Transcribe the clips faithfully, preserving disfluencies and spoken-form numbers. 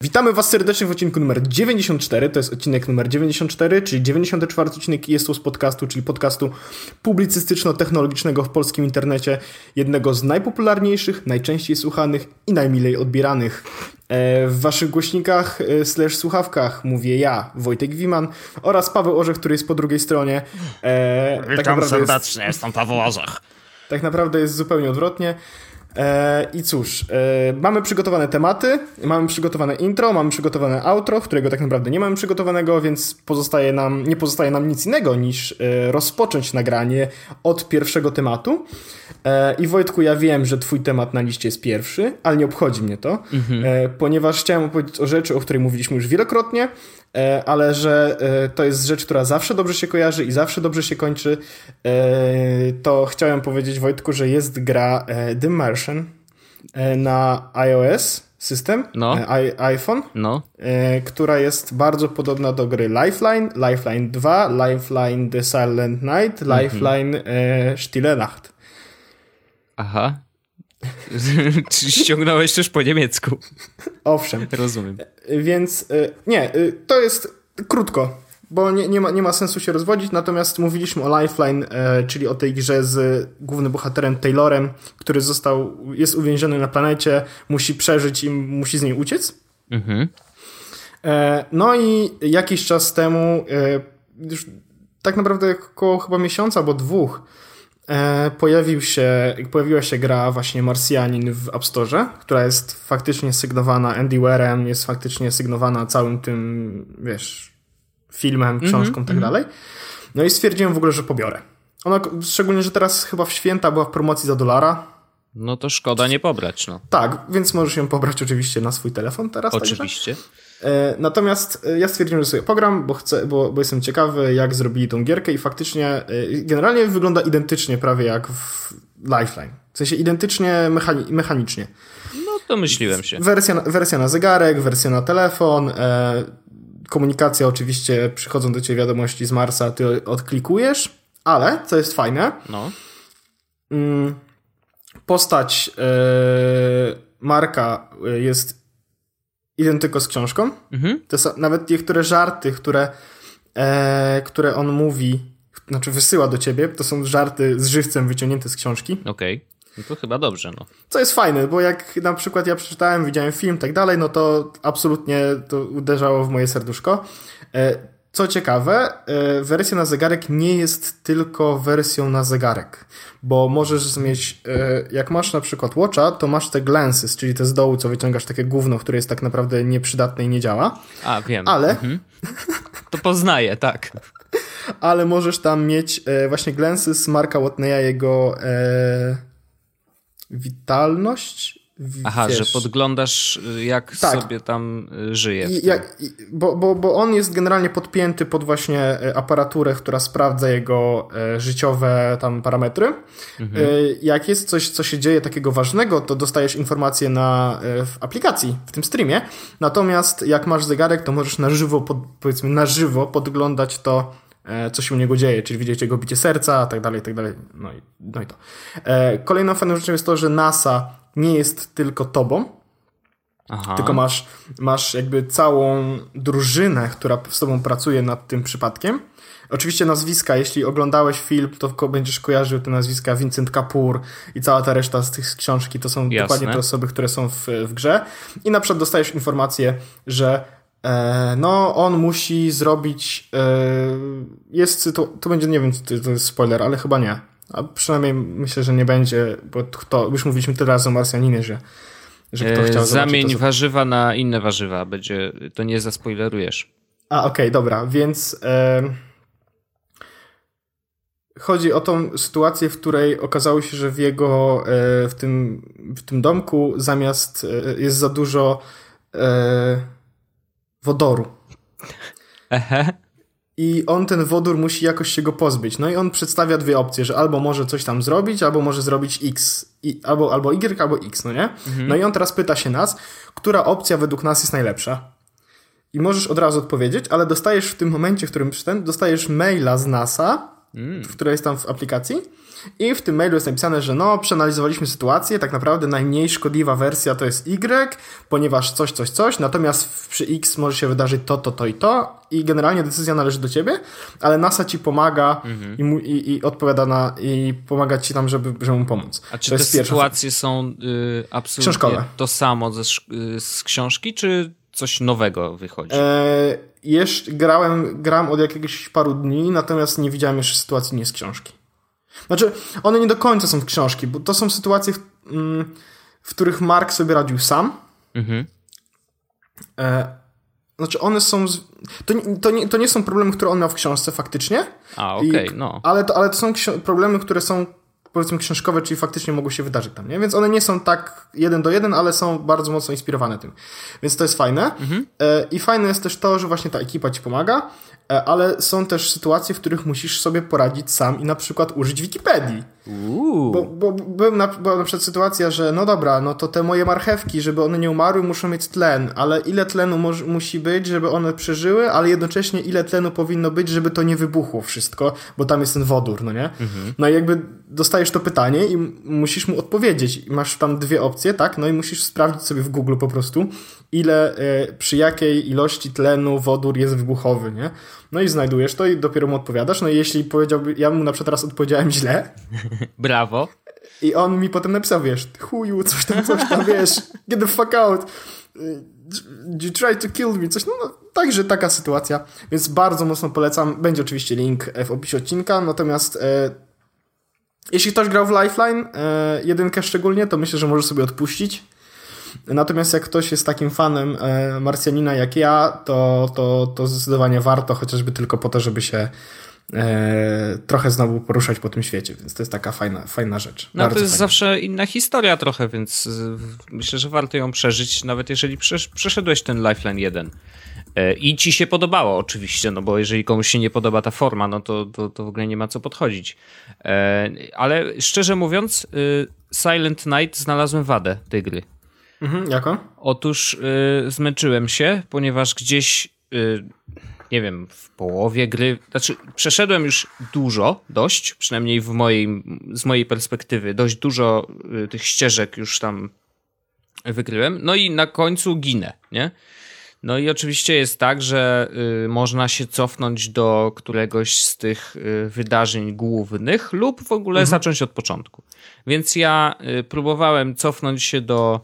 Witamy Was serdecznie w odcinku numer dziewięćdziesiąt cztery, to jest odcinek numer dziewięćdziesiąt cztery, czyli dziewięćdziesiąty czwarty odcinek jest to z podcastu, czyli podcastu publicystyczno-technologicznego w polskim internecie, jednego z najpopularniejszych, najczęściej słuchanych i najmilej odbieranych. E, w Waszych głośnikach e, slash słuchawkach mówię ja, Wojtek Wiman, oraz Paweł Orzech, który jest po drugiej stronie. E, Witam tak serdecznie, jest, jestem Paweł Orzech. Tak naprawdę jest zupełnie odwrotnie. E, I cóż, e, mamy przygotowane tematy, mamy przygotowane intro, mamy przygotowane outro, którego tak naprawdę nie mamy przygotowanego, więc pozostaje nam, nie pozostaje nam nic innego niż e, rozpocząć nagranie od pierwszego tematu. E, I Wojtku, ja wiem, że twój temat na liście jest pierwszy, ale nie obchodzi mnie to, mhm. e, ponieważ chciałem opowiedzieć o rzeczy, o której mówiliśmy już wielokrotnie, e, ale że e, to jest rzecz, która zawsze dobrze się kojarzy i zawsze dobrze się kończy. E, to chciałem powiedzieć, Wojtku, że jest gra e, The Martian na iOS system, no. I, iPhone, no. e, która jest bardzo podobna do gry Lifeline, Lifeline dwa, Lifeline The Silent Night, Lifeline mhm. e, Stille Nacht. Aha. Czy ściągnąłeś też po niemiecku? Owszem. Rozumiem. E, więc e, nie, e, to jest krótko, bo nie, nie, ma, nie ma sensu się rozwodzić, natomiast mówiliśmy o Lifeline, e, czyli o tej grze z głównym bohaterem Taylorem, który został, jest uwięziony na planecie, musi przeżyć i musi z niej uciec. Mhm. E, no i jakiś czas temu, e, już tak naprawdę około chyba miesiąca albo dwóch, e, pojawił się, pojawiła się gra właśnie Marsjanin w App Store, która jest faktycznie sygnowana Andy Warem, jest faktycznie sygnowana całym tym, wiesz... filmem, książką i mm-hmm, tak dalej. No i stwierdziłem w ogóle, że pobiorę. Ona, szczególnie, że teraz chyba w święta była w promocji za dolara. No to szkoda nie pobrać, no. Tak, więc możesz ją pobrać oczywiście na swój telefon teraz. Oczywiście. E, natomiast ja stwierdziłem, że sobie pogram, bo chcę, bo, bo jestem ciekawy, jak zrobili tą gierkę i faktycznie e, generalnie wygląda identycznie prawie jak w Lifeline. W sensie identycznie mechani- mechanicznie. No to myśliłem się. Wersja, wersja na zegarek, wersja na telefon, e, komunikacja oczywiście, przychodzą do ciebie wiadomości z Marsa, ty odklikujesz, ale, co jest fajne, no. postać yy, Marka jest identyko z książką. Mhm. To są nawet niektóre żarty, które, e, które on mówi, znaczy wysyła do ciebie, to są żarty z żywcem wyciągnięte z książki. Okej. Okay. No to chyba dobrze, no. Co jest fajne, bo jak na przykład ja przeczytałem, widziałem film i tak dalej, no to absolutnie to uderzało w moje serduszko. Co ciekawe, wersja na zegarek nie jest tylko wersją na zegarek, bo możesz mieć, jak masz na przykład Watcha, to masz te glances, czyli te z dołu, co wyciągasz takie gówno, które jest tak naprawdę nieprzydatne i nie działa. A, wiem. Ale... Mhm. To poznaję, tak. Ale możesz tam mieć właśnie glances Marka Watneya, jego... E... witalność. Aha, wiesz, że podglądasz, jak tak. sobie tam żyje. I, jak, i, bo, bo, bo on jest generalnie podpięty pod właśnie aparaturę, która sprawdza jego e, życiowe tam parametry. Mhm. E, jak jest coś, co się dzieje takiego ważnego, to dostajesz informacje na, e, w aplikacji, w tym streamie. Natomiast jak masz zegarek, to możesz na żywo, pod, powiedzmy na żywo podglądać to, co się u niego dzieje, czyli widzieć jego bicie serca, tak dalej, tak dalej, no i, no i to. E, kolejną fajną rzeczą jest to, że NASA nie jest tylko tobą, Aha. tylko masz, masz jakby całą drużynę, która z tobą pracuje nad tym przypadkiem. Oczywiście nazwiska, jeśli oglądałeś film, to będziesz kojarzył te nazwiska Vincent Kapoor i cała ta reszta z tych książki, to są Jasne. dokładnie te osoby, które są w, w grze. I na przykład dostajesz informację, że no, on musi zrobić jest, to, to będzie, nie wiem, czy to jest spoiler, ale chyba nie. A przynajmniej myślę, że nie będzie, bo to, już mówiliśmy tyle razy o Marsjaninie, że, że kto chciał Zamień zobaczyć, to... warzywa na inne warzywa, będzie, to nie zaspoilerujesz. A, okej, okay, dobra, więc e, chodzi o tą sytuację, w której okazało się, że w jego e, w tym, w tym domku zamiast e, jest za dużo e, wodoru. Aha. I on ten wodór musi jakoś się go pozbyć. No i on przedstawia dwie opcje, że albo może coś tam zrobić, albo może zrobić X. I, albo, albo Y, albo X, no nie? Mhm. No i on teraz pyta się nas, która opcja według nas jest najlepsza. I możesz od razu odpowiedzieć, ale dostajesz w tym momencie, w którym czytam, dostajesz maila z NASA, mm. która jest tam w aplikacji, i w tym mailu jest napisane, że no, przeanalizowaliśmy sytuację, tak naprawdę najmniej szkodliwa wersja to jest Y, ponieważ coś, coś, coś, natomiast przy X może się wydarzyć to, to, to i to i generalnie decyzja należy do ciebie, ale NASA ci pomaga mhm. i, mu, i, i odpowiada na, i pomaga ci tam, żeby, żeby mu pomóc. A czy to te jest sytuacje pierwsza... są y, absolutnie książkowe. To samo ze, y, z książki, czy coś nowego wychodzi? E, jeszcze grałem, gram od jakiegoś paru dni, natomiast nie widziałem jeszcze sytuacji nie z książki. Znaczy, one nie do końca są z książki, bo to są sytuacje, w, mm, w których Mark sobie radził sam. Mhm. E, znaczy, one są... Z, to, to, nie, to nie są problemy, które on miał w książce faktycznie. A, okej, okay, no. Ale to, ale to są ksi- problemy, które są powiedzmy książkowe, czyli faktycznie mogą się wydarzyć tam, nie? Więc one nie są tak jeden do jeden, ale są bardzo mocno inspirowane tym. Więc to jest fajne. Mhm. E, I fajne jest też to, że właśnie ta ekipa ci pomaga, e, ale są też sytuacje, w których musisz sobie poradzić sam i na przykład użyć Wikipedii. Uuu. Bo, bo, byłem na, była na przykład sytuacja, że no dobra, no to te moje marchewki, żeby one nie umarły, muszą mieć tlen, ale ile tlenu moż, musi być, żeby one przeżyły, ale jednocześnie ile tlenu powinno być, żeby to nie wybuchło wszystko, bo tam jest ten wodór, no nie? Mhm. No i jakby dostajesz to pytanie i musisz mu odpowiedzieć. I masz tam dwie opcje, tak? No i musisz sprawdzić sobie w Google po prostu, ile, y, przy jakiej ilości tlenu wodór jest wybuchowy, nie? No i znajdujesz to i dopiero mu odpowiadasz. No i jeśli powiedziałby, ja mu na przykład teraz odpowiedziałem źle. Brawo. I on mi potem napisał, wiesz, chuju, coś tam, coś tam, wiesz, get the fuck out. You try to kill me, coś, no, no także taka sytuacja. Więc bardzo mocno polecam. Będzie oczywiście link w opisie odcinka, natomiast e, jeśli ktoś grał w Lifeline, e, jedynkę szczególnie, to myślę, że może sobie odpuścić. Natomiast jak ktoś jest takim fanem e, Marsjanina jak ja, to, to, to zdecydowanie warto, chociażby tylko po to, żeby się e, trochę znowu poruszać po tym świecie, więc to jest taka fajna, fajna rzecz. No to jest fajna. Zawsze inna historia trochę, więc myślę, że warto ją przeżyć, nawet jeżeli przesz- przeszedłeś ten Lifeline jeden. E, I ci się podobało oczywiście, no bo jeżeli komuś się nie podoba ta forma, no to, to, to w ogóle nie ma co podchodzić. E, ale szczerze mówiąc, y, Silent Night znalazłem wadę tej gry. Mhm, jako? Otóż y, zmęczyłem się, ponieważ gdzieś, y, nie wiem, w połowie gry, znaczy przeszedłem już dużo, dość, przynajmniej w mojej, z mojej perspektywy, dość dużo y, tych ścieżek już tam wykryłem, no i na końcu ginę, nie? No i oczywiście jest tak, że y, można się cofnąć do któregoś z tych y, wydarzeń głównych lub w ogóle mhm. zacząć od początku. Więc ja y, próbowałem cofnąć się do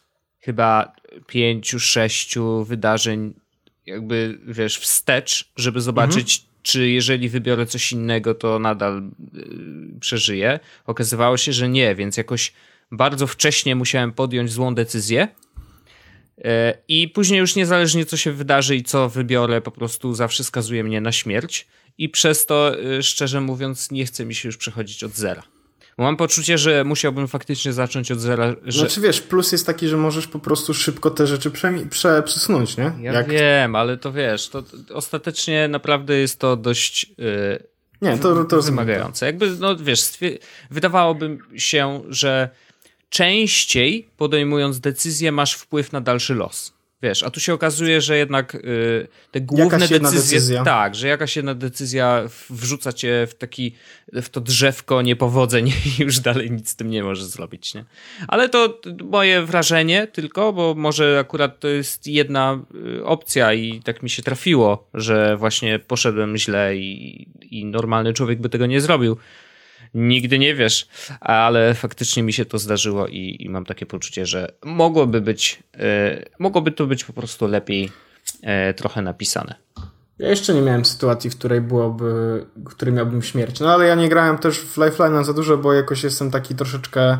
chyba pięciu, sześciu wydarzeń jakby, wiesz, wstecz, żeby zobaczyć, mhm. czy jeżeli wybiorę coś innego, to nadal yy, przeżyję. Okazywało się, że nie, więc jakoś bardzo wcześnie musiałem podjąć złą decyzję yy, i później już niezależnie co się wydarzy i co wybiorę, po prostu zawsze skazuje mnie na śmierć i przez to, yy, szczerze mówiąc, nie chce mi się już przechodzić od zera. Bo mam poczucie, że musiałbym faktycznie zacząć od zera. Że... Znaczy wiesz, plus jest taki, że możesz po prostu szybko te rzeczy prze, prze, przesunąć, nie? Ja Jak... wiem, ale to wiesz, to, to ostatecznie naprawdę jest to dość yy, nie, to, to wymagające. Jakby, no wiesz, stwier- wydawałoby się, że częściej podejmując decyzję masz wpływ na dalszy los. Wiesz, a tu się okazuje, że jednak y, te główne decyzje, decyzja. tak, że jakaś jedna decyzja wrzuca cię w taki, w to drzewko niepowodzeń i już dalej nic z tym nie możesz zrobić, nie? Ale to moje wrażenie tylko, bo może akurat to jest jedna opcja i tak mi się trafiło, że właśnie poszedłem źle i, i normalny człowiek by tego nie zrobił. Nigdy nie wiesz, ale faktycznie mi się to zdarzyło i, i mam takie poczucie, że mogłoby być, e, mogłoby to być po prostu lepiej e, trochę napisane. Ja jeszcze nie miałem sytuacji, w której byłoby, w której miałbym śmierć. No ale ja nie grałem też w Lifeline'a za dużo, bo jakoś jestem taki troszeczkę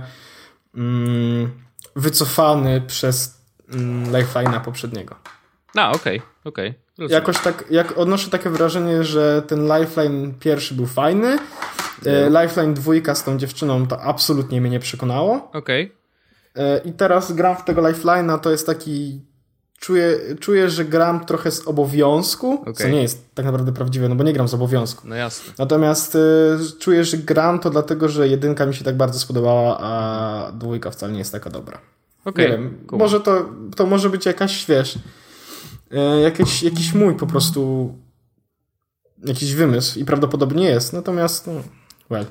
mm, wycofany przez mm, Lifeline'a poprzedniego. A, okej, okay, okej. Okay. Jakoś tak, jak odnoszę takie wrażenie, że ten Lifeline pierwszy był fajny, yeah. Lifeline dwójka z tą dziewczyną to absolutnie mnie nie przekonało. Okej. Okay. I teraz gram w tego Lifeline'a, to jest taki, czuję, czuję, że gram trochę z obowiązku, okay. co nie jest tak naprawdę prawdziwe, no bo nie gram z obowiązku. No jasne. Natomiast y, czuję, że gram to dlatego, że jedynka mi się tak bardzo spodobała, a dwójka wcale nie jest taka dobra. Okej. Okay. Nie wiem, cool. Może to, to może być jakaś, wiesz, y, jakiś, jakiś mój po prostu jakiś wymysł i prawdopodobnie jest, natomiast no, well.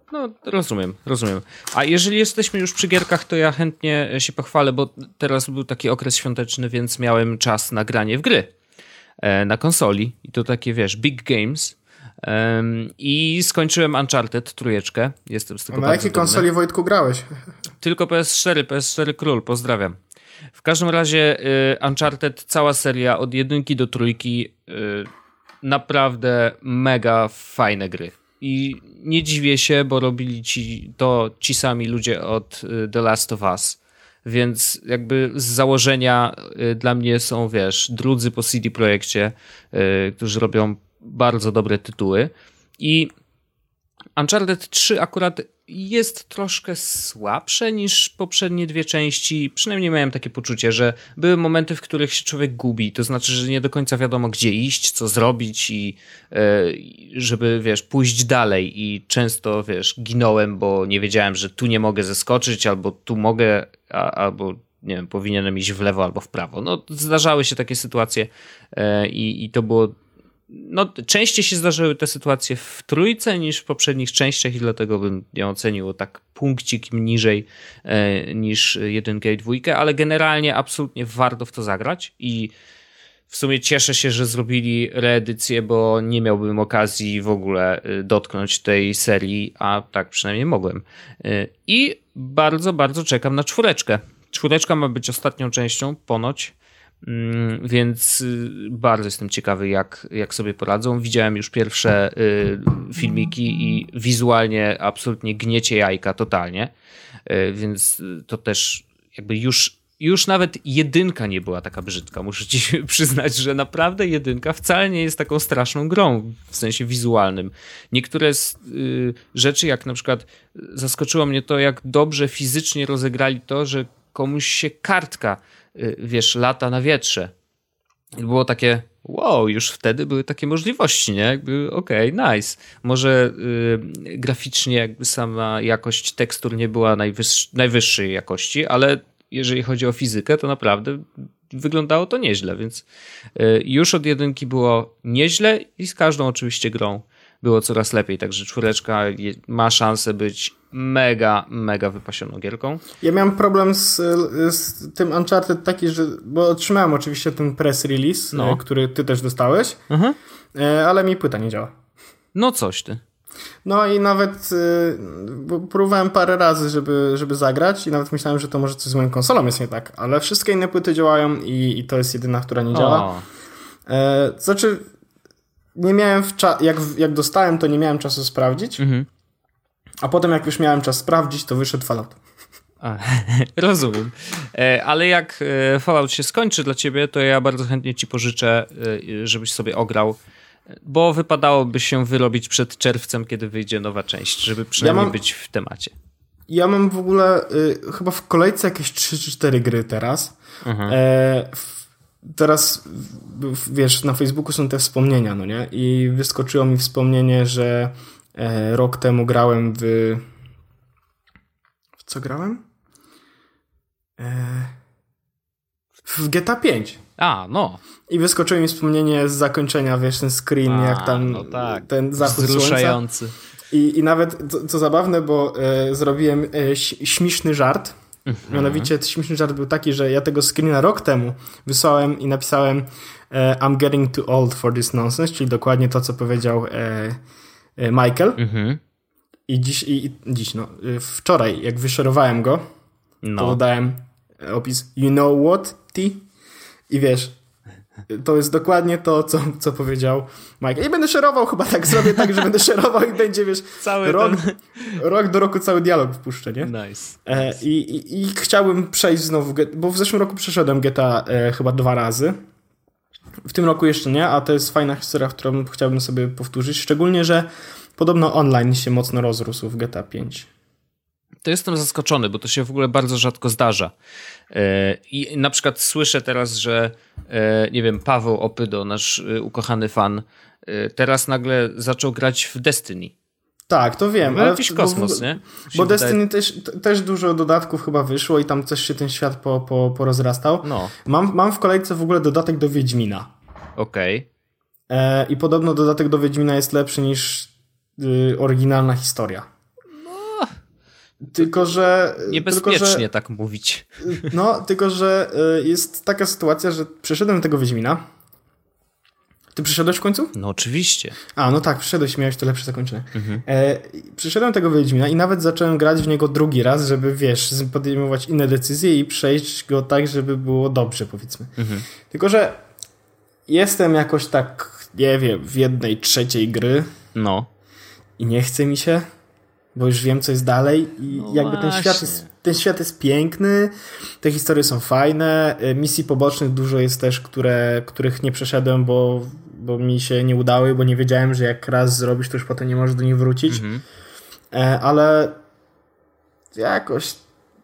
No, rozumiem, rozumiem. A jeżeli jesteśmy już przy gierkach, to ja chętnie się pochwalę, bo teraz był taki okres świąteczny, więc miałem czas na granie w gry e, na konsoli i to takie, wiesz, big games. Um, I skończyłem Uncharted trójeczkę. Jestem z tego A na bardzo jakiej dumny. konsoli, Wojtku, grałeś? Tylko P S cztery, P S cztery Król, pozdrawiam. W każdym razie y, Uncharted, cała seria od jedynki do trójki, y, naprawdę mega fajne gry. I nie dziwię się, bo robili ci to ci sami ludzie od y, The Last of Us. Więc jakby z założenia y, dla mnie są, wiesz, drudzy po C D Projekcie, y, którzy robią bardzo dobre tytuły. I Uncharted trzy akurat jest troszkę słabsze niż poprzednie dwie części. Przynajmniej miałem takie poczucie, że były momenty, w których się człowiek gubi. To znaczy, że nie do końca wiadomo, gdzie iść, co zrobić i yy, żeby, wiesz, pójść dalej. I często, wiesz, ginąłem, bo nie wiedziałem, że tu nie mogę zeskoczyć, albo tu mogę, a, albo nie wiem, powinienem iść w lewo albo w prawo. No, zdarzały się takie sytuacje yy, i to było no, częściej się zdarzyły te sytuacje w trójce niż w poprzednich częściach i dlatego bym ją ocenił tak punkcik niżej e, niż jedynkę i dwójkę, ale generalnie absolutnie warto w to zagrać i w sumie cieszę się, że zrobili reedycję, bo nie miałbym okazji w ogóle dotknąć tej serii, a tak przynajmniej mogłem. E, I bardzo, bardzo czekam na czwóreczkę. Czwóreczka ma być ostatnią częścią, ponoć. Więc bardzo jestem ciekawy, jak, jak sobie poradzą. Widziałem już pierwsze y, filmiki i wizualnie absolutnie gniecie jajka totalnie, y, więc to też jakby już, już nawet jedynka nie była taka brzydka. Muszę ci przyznać, że naprawdę jedynka wcale nie jest taką straszną grą w sensie wizualnym. Niektóre z, y, rzeczy, jak na przykład zaskoczyło mnie to, jak dobrze fizycznie rozegrali to, że komuś się kartka wiesz, lata na wietrze. I było takie, wow, już wtedy były takie możliwości, nie? Jakby, okej, okay, nice. Może y, graficznie jakby sama jakość tekstur nie była najwyższ, najwyższej jakości, ale jeżeli chodzi o fizykę, to naprawdę wyglądało to nieźle, więc y, już od jedynki było nieźle i z każdą oczywiście grą było coraz lepiej, także czwóreczka ma szansę być mega, mega wypasioną gierką. Ja miałem problem z, z tym Uncharted taki, że bo otrzymałem oczywiście ten press release, no. który ty też dostałeś, mhm. ale mi płyta nie działa. No coś ty. No i nawet bo próbowałem parę razy, żeby, żeby zagrać i nawet myślałem, że to może coś z moją konsolą jest nie tak, ale wszystkie inne płyty działają i, i to jest jedyna, która nie działa. E, znaczy nie miałem w cza- jak, jak dostałem, to nie miałem czasu sprawdzić. Mhm. A potem jak już miałem czas sprawdzić, to wyszedł Fallout. A, rozumiem. E, ale jak e, Fallout się skończy dla ciebie, to ja bardzo chętnie ci pożyczę, e, żebyś sobie ograł, bo wypadałoby się wyrobić przed czerwcem, kiedy wyjdzie nowa część, żeby przynajmniej ja mam, być w temacie. Ja mam w ogóle y, chyba w kolejce jakieś trzy czy cztery gry teraz. Mhm. E, w, teraz w, wiesz, na Facebooku są te wspomnienia, no nie? I wyskoczyło mi wspomnienie, że e, rok temu grałem w... W co grałem? E, w G T A pięć. A, no. I wyskoczyło mi wspomnienie z zakończenia, wiesz, ten screen, A, jak tam no tak. ten zachód wzruszający. I, I nawet, co, co zabawne, bo e, zrobiłem e, śmieszny żart. Mhm. Mianowicie śmieszny żart był taki, że ja tego screena rok temu wysłałem i napisałem e, I'm getting too old for this nonsense, czyli dokładnie to, co powiedział e, e, Michael. Mhm. I dziś, i, i dziś, no, wczoraj, jak wyszerowałem go, no. to dodałem opis You know what, T? I wiesz, to jest dokładnie to, co, co powiedział Michael. I będę szerował, chyba tak zrobię, tak, że będę szerował i będzie, wiesz, cały rok, ten... rok do roku cały dialog wpuszczę, nie? Nice. E, i, i, I chciałbym przejść znowu, bo w zeszłym roku przeszedłem G T A e, chyba dwa razy. W tym roku jeszcze nie, a to jest fajna historia, którą chciałbym sobie powtórzyć. Szczególnie, że podobno online się mocno rozrósł w G T A pięć. To jestem zaskoczony, bo to się w ogóle bardzo rzadko zdarza. I na przykład słyszę teraz, że nie wiem, Paweł Opydo, nasz ukochany fan, teraz nagle zaczął grać w Destiny. Tak, to wiem. No, ale jakiś kosmos, bo, nie? Bo Destiny wydaje... też, też dużo dodatków chyba wyszło i tam też się ten świat po, po, porozrastał. No. Mam, mam w kolejce w ogóle dodatek do Wiedźmina. Okej. Okay. I podobno dodatek do Wiedźmina jest lepszy niż y, oryginalna historia. Tylko, że... Niebezpiecznie tylko, że, tak mówić. No, tylko, że jest taka sytuacja, że przeszedłem tego Wiedźmina. Ty przyszedłeś w końcu? No oczywiście. A, no tak, przyszedłeś, miałeś to lepsze zakończenie. Mhm. E, przyszedłem tego Wiedźmina i nawet zacząłem grać w niego drugi raz, żeby, wiesz, podejmować inne decyzje i przejść go tak, żeby było dobrze, powiedzmy. Mhm. Tylko, że jestem jakoś tak, nie wiem, w jednej trzeciej gry. No. I nie chce mi się, bo już wiem, co jest dalej i no jakby ten świat, jest, ten świat jest piękny, te historie są fajne, misji pobocznych dużo jest też, które, których nie przeszedłem, bo, bo mi się nie udały, bo nie wiedziałem, że jak raz zrobisz, to już potem nie możesz do nich wrócić. Mhm. E, ale jakoś...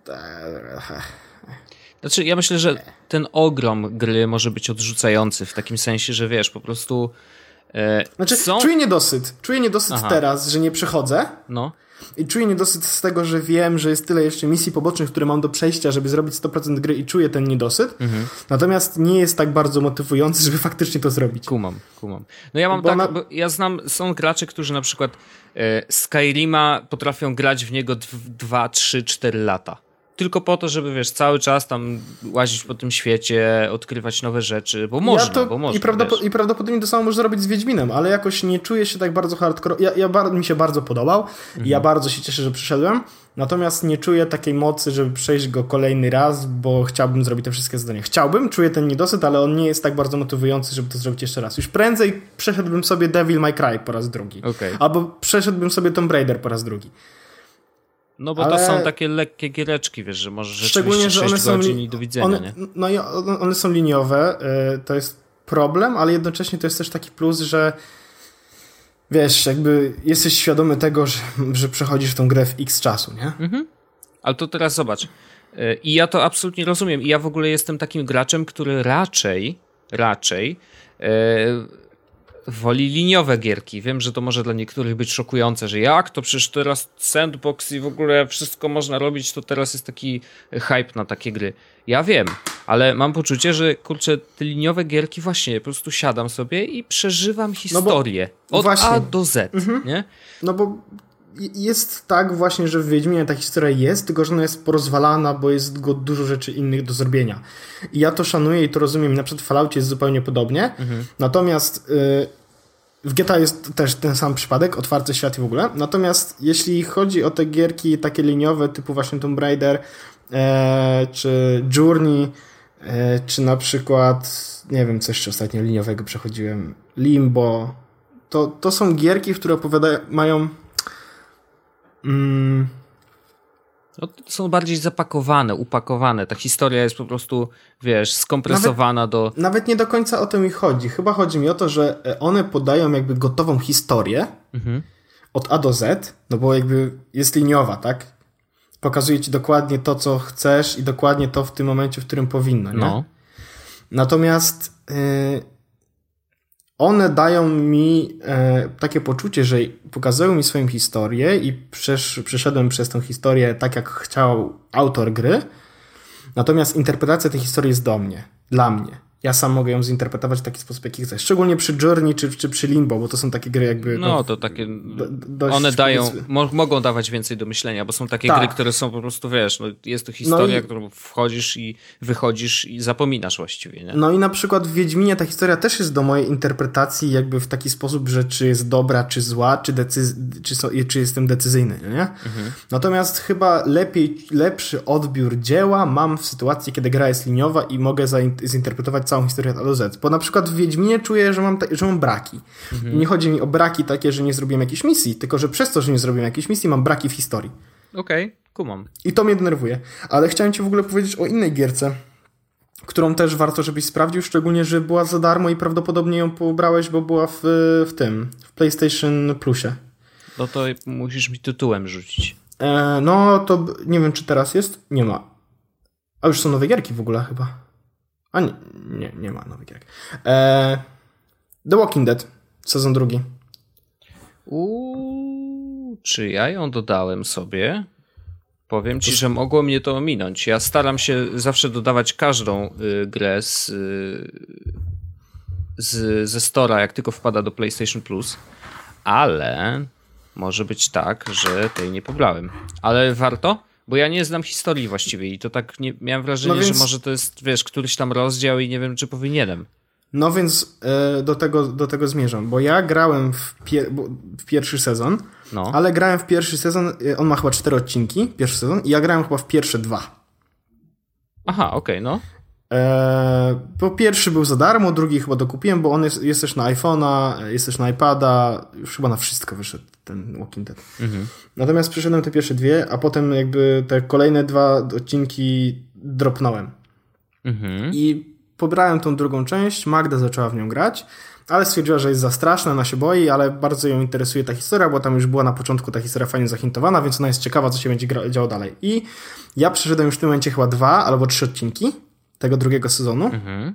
Znaczy, ja myślę, że ten ogrom gry może być odrzucający w takim sensie, że wiesz, po prostu... E, znaczy, są... czuję niedosyt. Czuję niedosyt Aha. teraz, że nie przechodzę. No. I czuję niedosyt z tego, że wiem, że jest tyle jeszcze misji pobocznych, które mam do przejścia, żeby zrobić sto procent gry i czuję ten niedosyt. Mhm. Natomiast nie jest tak bardzo motywujący, żeby faktycznie to zrobić. Kumam, kumam. No ja mam bo tak, na... bo ja znam, są gracze, którzy na przykład e, Skyrima potrafią grać w niego dwa, trzy, cztery lata. Tylko po to, żeby wiesz, cały czas tam łazić po tym świecie, odkrywać nowe rzeczy, bo można, ja to, bo można. I, prawdopod- I prawdopodobnie to samo może robić z Wiedźminem, ale jakoś nie czuję się tak bardzo hardcore. Ja, ja bar- mi się bardzo podobał mhm. i ja bardzo się cieszę, że przyszedłem, natomiast nie czuję takiej mocy, żeby przejść go kolejny raz, bo chciałbym zrobić te wszystkie zadania. Chciałbym, czuję ten niedosyt, ale on nie jest tak bardzo motywujący, żeby to zrobić jeszcze raz. Już prędzej przeszedłbym sobie Devil May Cry po raz drugi. Okay. Albo przeszedłbym sobie Tomb Raider po raz drugi. No bo ale... to są takie lekkie giereczki, wiesz, że możesz szczególnie, że one są godzin i do widzenia, one, nie? No i one są liniowe, to jest problem, ale jednocześnie to jest też taki plus, że wiesz, jakby jesteś świadomy tego, że, że przechodzisz tą grę w x czasu, nie? Mhm. Ale to teraz zobacz. I ja to absolutnie rozumiem. I ja w ogóle jestem takim graczem, który raczej, raczej e, woli liniowe gierki. Wiem, że to może dla niektórych być szokujące, że jak to przecież teraz sandbox i w ogóle wszystko można robić, to teraz jest taki hype na takie gry. Ja wiem, ale mam poczucie, że kurczę, te liniowe gierki właśnie po prostu siadam sobie i przeżywam historię. No bo, od właśnie. A do Z, mhm. nie? No bo jest tak właśnie, że w Wiedźminie ta historia jest, tylko że ona jest porozwalana, bo jest go dużo rzeczy innych do zrobienia. I ja to szanuję i to rozumiem. Na przykład w Falloutie jest zupełnie podobnie. Mhm. Natomiast yy, w G T A jest też ten sam przypadek, otwarty świat i w ogóle. Natomiast jeśli chodzi o te gierki takie liniowe, typu właśnie Tomb Raider, e, czy Journey, e, czy na przykład, nie wiem, co jeszcze ostatnio liniowego przechodziłem, Limbo, to, to są gierki, które opowiadają, mają Mm. No, są bardziej zapakowane, upakowane. Ta historia jest po prostu, wiesz, skompresowana nawet, do... Nawet nie do końca o to mi chodzi. Chyba chodzi mi o to, że one podają jakby gotową historię mhm. od A do Z, no bo jakby jest liniowa, tak? Pokazuje ci dokładnie to, co chcesz i dokładnie to w tym momencie, w którym powinno, nie? No. Natomiast yy, one dają mi e, takie poczucie, że pokazują mi swoją historię i przesz, przeszedłem przez tę historię tak, jak chciał autor gry. Natomiast interpretacja tej historii jest do mnie, dla mnie. Ja sam mogę ją zinterpretować w taki sposób, jaki chcę. Szczególnie przy Journey czy, czy przy Limbo, bo to są takie gry jakby... No, no to takie... Do, one dają... Mo- mogą dawać więcej do myślenia, bo są takie tak. gry, które są po prostu, wiesz, no, jest to historia, no i... którą wchodzisz i wychodzisz i zapominasz właściwie, nie? No i na przykład w Wiedźminie ta historia też jest do mojej interpretacji jakby w taki sposób, że czy jest dobra, czy zła, czy, decyz- czy, so, czy jestem decyzyjny, nie? Mhm. Natomiast chyba lepiej, lepszy odbiór dzieła mam w sytuacji, kiedy gra jest liniowa i mogę zain- zinterpretować całą historię od A do Z. Bo na przykład w Wiedźminie czuję, że mam, ta- że mam braki. Mhm. Nie chodzi mi o braki takie, że nie zrobiłem jakiejś misji, tylko że przez to, że nie zrobiłem jakiejś misji, mam braki w historii. Okej, okay, kumam. I to mnie denerwuje. Ale chciałem ci w ogóle powiedzieć o innej gierce, którą też warto, żebyś sprawdził, szczególnie, że była za darmo i prawdopodobnie ją pobrałeś, bo była w, w tym, w PlayStation Plusie. No to musisz mi tytułem rzucić. E, no to nie wiem, czy teraz jest. Nie ma. A już są nowe gierki w ogóle chyba. A nie, nie, nie ma nowych gierek. E, The Walking Dead, sezon drugi. Uuu, czy ja ją dodałem sobie? Powiem ci, że mogło mnie to ominąć. Ja staram się zawsze dodawać każdą y, grę z, y, z, ze Store'a, jak tylko wpada do PlayStation Plus, ale może być tak, że tej nie pobrałem. Ale warto? Bo ja nie znam historii właściwie i to tak nie, miałem wrażenie, no więc... że może to jest, wiesz, któryś tam rozdział i nie wiem, czy powinienem. No więc y, do, tego, do tego zmierzam, bo ja grałem w, pier- w pierwszy sezon, no. ale grałem w pierwszy sezon, on ma chyba cztery odcinki, pierwszy sezon, i ja grałem chyba w pierwsze dwa. Aha, okej, okay, no. E, bo pierwszy był za darmo, drugi chyba dokupiłem, bo on jest, jest też na iPhone'a, jest też na iPada, już chyba na wszystko wyszedł ten Walking Dead. Mhm. Natomiast przeszedłem te pierwsze dwie, a potem jakby te kolejne dwa odcinki dropnąłem. Mhm. I pobrałem tą drugą część, Magda zaczęła w nią grać, ale stwierdziła, że jest za straszna, ona się boi, ale bardzo ją interesuje ta historia, bo tam już była na początku ta historia fajnie zahintowana, więc ona jest ciekawa, co się będzie gra- działo dalej. I ja przeszedłem już w tym momencie chyba dwa albo trzy odcinki tego drugiego sezonu. Mhm.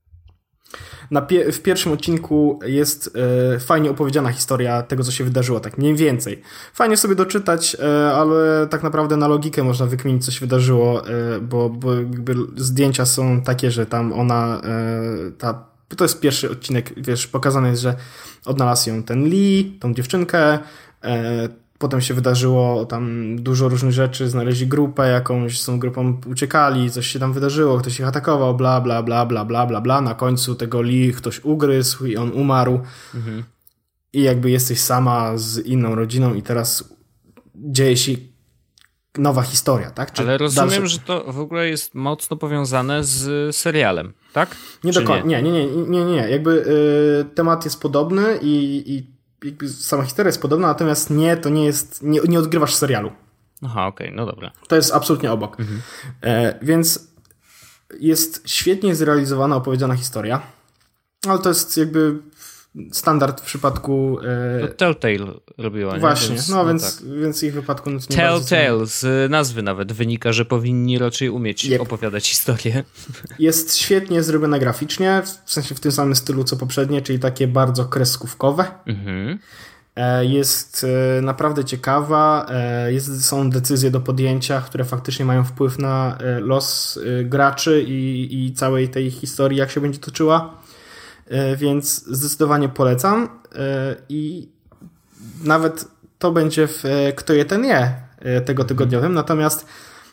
Na pie- w pierwszym odcinku jest e, fajnie opowiedziana historia tego, co się wydarzyło, tak mniej więcej. Fajnie sobie doczytać, e, ale tak naprawdę na logikę można wykminić, co się wydarzyło, e, bo, bo jakby zdjęcia są takie, że tam ona, e, ta, to jest pierwszy odcinek, wiesz, pokazane jest, że odnalazł ją ten Lee, tą dziewczynkę, e, potem się wydarzyło tam dużo różnych rzeczy, znaleźli grupę jakąś, z tą grupą uciekali, coś się tam wydarzyło, ktoś ich atakował, bla, bla, bla, bla, bla, bla, bla. Na końcu tego Lee ktoś ugryzł i on umarł. Mhm. I jakby jesteś sama z inną rodziną i teraz dzieje się nowa historia, tak? Czy Ale rozumiem, dalsze... że to w ogóle jest mocno powiązane z serialem, tak? Nie do końca. Nie? nie, nie, nie, nie, nie. Jakby y, temat jest podobny i, i jakby sama historia jest podobna, natomiast nie, to nie jest, nie, nie odgrywasz serialu. Aha, okej, okay, no dobra. To jest absolutnie obok. Mhm. E, więc jest świetnie zrealizowana, opowiedziana historia, ale to jest jakby standard w przypadku... E... To Telltale robiła, nie? Właśnie, więc, no, no więc, tak. więc ich wypadku... Nie Telltale, z nazwy nawet wynika, że powinni raczej umieć yep. opowiadać historię. Jest świetnie zrobiona graficznie, w sensie w tym samym stylu co poprzednie, czyli takie bardzo kreskówkowe. Mhm. E, jest e, naprawdę ciekawa, e, jest, są decyzje do podjęcia, które faktycznie mają wpływ na e, los e, graczy i, i całej tej historii, jak się będzie toczyła. Więc zdecydowanie polecam i nawet to będzie w Kto je ten je tego tygodniowym, natomiast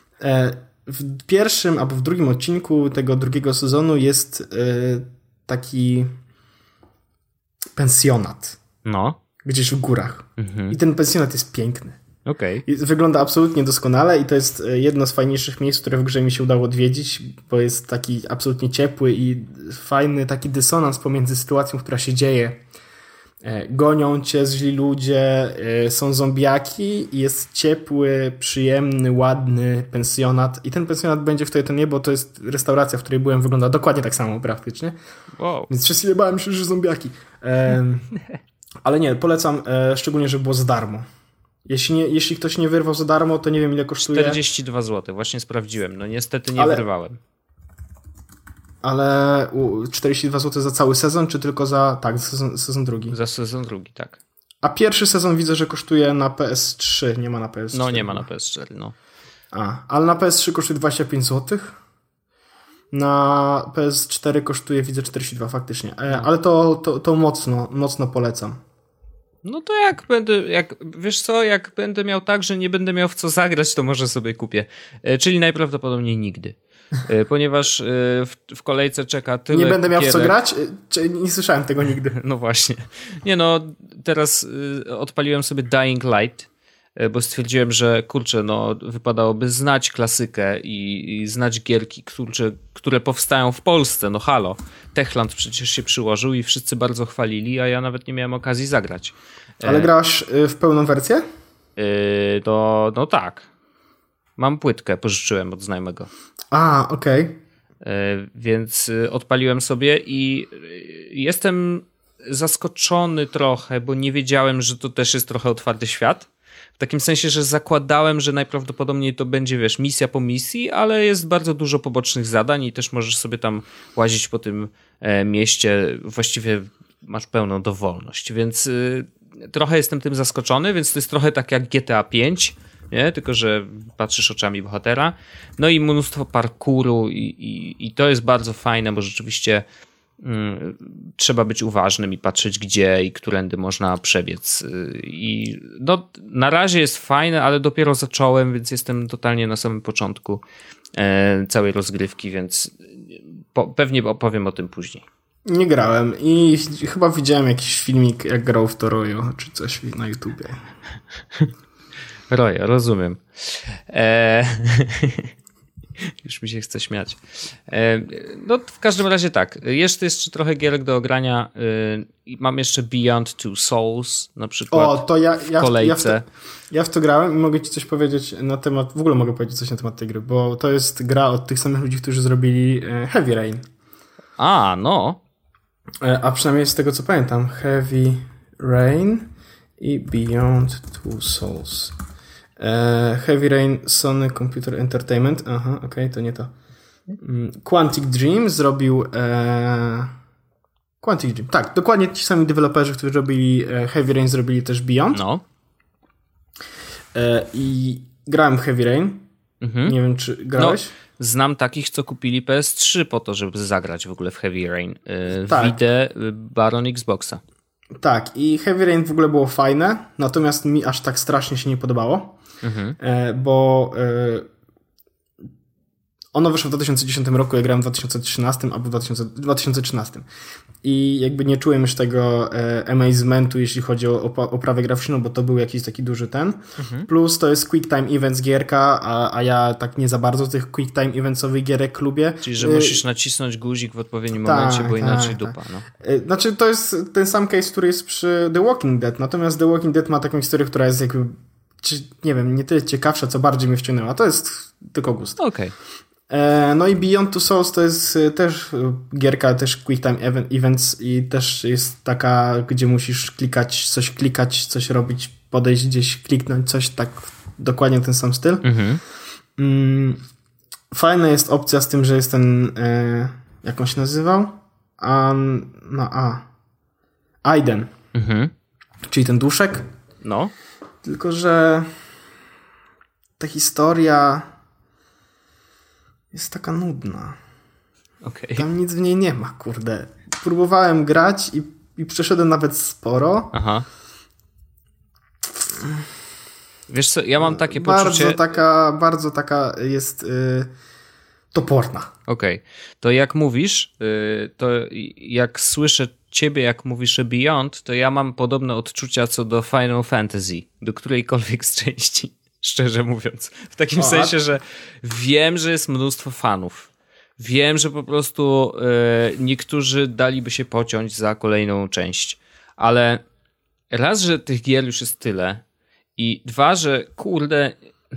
w pierwszym albo w drugim odcinku tego drugiego sezonu jest taki pensjonat. No. Gdzieś w górach. Mhm. I ten pensjonat jest piękny. Okay. Wygląda absolutnie doskonale i to jest jedno z fajniejszych miejsc, które w grze mi się udało odwiedzić, bo jest taki absolutnie ciepły i fajny taki dysonans pomiędzy sytuacją, która się dzieje. Gonią cię źli ludzie, są zombiaki i jest ciepły, przyjemny, ładny pensjonat i ten pensjonat będzie w to to nie, bo to jest restauracja, w której byłem, wygląda dokładnie tak samo praktycznie. Wow. Więc przez chwilę bałem się, że zombiaki. Um, ale nie, polecam, szczególnie, że było za darmo. Jeśli, nie, jeśli ktoś nie wyrwał za darmo, to nie wiem ile kosztuje. czterdzieści dwa złote, właśnie sprawdziłem. No niestety nie ale, wyrwałem. Ale czterdzieści dwa złote za cały sezon, czy tylko za... Tak, za sezon, sezon drugi. Za sezon drugi, tak. A pierwszy sezon widzę, że kosztuje na P S trzy, nie ma na P S cztery. No nie ma na P S cztery, no. A, ale na P S trzy kosztuje dwadzieścia pięć złotych. Na P S cztery kosztuje, widzę, czterdzieści dwa faktycznie. No. Ale to, to, to mocno, mocno polecam. No to jak będę, jak, wiesz co, jak będę miał tak, że nie będę miał w co zagrać, to może sobie kupię. E, czyli najprawdopodobniej nigdy. E, ponieważ e, w, w kolejce czeka tyle Nie będę miał gierek. w co grać? Czy, nie słyszałem tego nigdy. No właśnie. Nie no, teraz e, odpaliłem sobie Dying Light, e, bo stwierdziłem, że kurczę, no wypadałoby znać klasykę i, i znać gierki, kurczę, które powstają w Polsce. No halo. Techland przecież się przyłożył i wszyscy bardzo chwalili, a ja nawet nie miałem okazji zagrać. Ale grasz w pełną wersję? Yy, to, no tak. Mam płytkę, pożyczyłem od znajomego. A, okej. Okay. Yy, więc odpaliłem sobie i jestem zaskoczony trochę, bo nie wiedziałem, że to też jest trochę otwarty świat. W takim sensie, że zakładałem, że najprawdopodobniej to będzie, wiesz, misja po misji, ale jest bardzo dużo pobocznych zadań i też możesz sobie tam łazić po tym e, mieście. Właściwie masz pełną dowolność, więc y, trochę jestem tym zaskoczony, więc to jest trochę tak jak G T A pięć, nie? Tylko że patrzysz oczami bohatera. No i mnóstwo parkouru i, i, i to jest bardzo fajne, bo rzeczywiście trzeba być uważnym i patrzeć gdzie i którędy można przebiec. I no, na razie jest fajne, ale dopiero zacząłem, więc jestem totalnie na samym początku e, całej rozgrywki, więc po, pewnie opowiem o tym później. Nie grałem i chyba widziałem jakiś filmik, jak grał w to Royo, czy coś na YouTubie. Royo, rozumiem. E... Już mi się chce śmiać. E... No w każdym razie tak. Jest jeszcze trochę gierek do ogrania. E... Mam jeszcze Beyond Two Souls na przykład. O, to ja, ja, w kolejce. Ja w, to, ja w to grałem i mogę ci coś powiedzieć na temat, w ogóle mogę powiedzieć coś na temat tej gry, bo to jest gra od tych samych ludzi, którzy zrobili Heavy Rain. A, no. A przynajmniej z tego co pamiętam, Heavy Rain i Beyond Two Souls. E, Heavy Rain, Sony Computer Entertainment. Aha, okej, okay, to nie to. Quantic Dream zrobił e, Quantic Dream, tak, dokładnie ci sami deweloperzy, którzy robili Heavy Rain, zrobili też Beyond. No. E, I grałem Heavy Rain. Mhm. Nie wiem, czy grałeś? No. Znam takich, co kupili P S trzy po to, żeby zagrać w ogóle w Heavy Rain. Yy, tak. Widzę Baron Xboxa. Tak, i Heavy Rain w ogóle było fajne, natomiast mi aż tak strasznie się nie podobało, mhm. e, bo e, ono wyszło w dwa tysiące dziesiątym roku, ja grałem w dwa tysiące trzynastym albo w dwa tysiące trzynastym. I jakby nie czułem już tego e, amazementu, jeśli chodzi o op- oprawę graficzną, bo to był jakiś taki duży ten. Mhm. Plus to jest Quick Time Events gierka, a, a ja tak nie za bardzo tych Quick Time Eventsowych gierek lubię. Czyli, że y- musisz nacisnąć guzik w odpowiednim ta, momencie, bo inaczej ta, dupa. Ta. No. Y- znaczy to jest ten sam case, który jest przy The Walking Dead, natomiast The Walking Dead ma taką historię, która jest jakby, nie wiem, nie tyle ciekawsza, co bardziej mnie wciągnęła. To jest tylko gust. Okej. Okay. No i Beyond Two Souls to jest też gierka, też Quick Time Events i też jest taka, gdzie musisz klikać, coś klikać, coś robić, podejść gdzieś, kliknąć coś, tak dokładnie ten sam styl. Mhm. Fajna jest opcja z tym, że jest ten, jak on się nazywał? A, no a. Aiden. Mhm. Czyli ten duszek. No. Tylko, że ta historia jest taka nudna. Okay. Tam nic w niej nie ma, kurde. Próbowałem grać i, i przeszedłem nawet sporo. Aha. Wiesz co, ja mam takie bardzo poczucie... Taka, bardzo taka jest yy, toporna. Okej. Okay. To jak mówisz, yy, to jak słyszę ciebie, jak mówisz o Beyond, to ja mam podobne odczucia co do Final Fantasy, do którejkolwiek z części. Szczerze mówiąc. W takim o, sensie, że wiem, że jest mnóstwo fanów. Wiem, że po prostu y, niektórzy daliby się pociąć za kolejną część. Ale raz, że tych gier już jest tyle i dwa, że kurde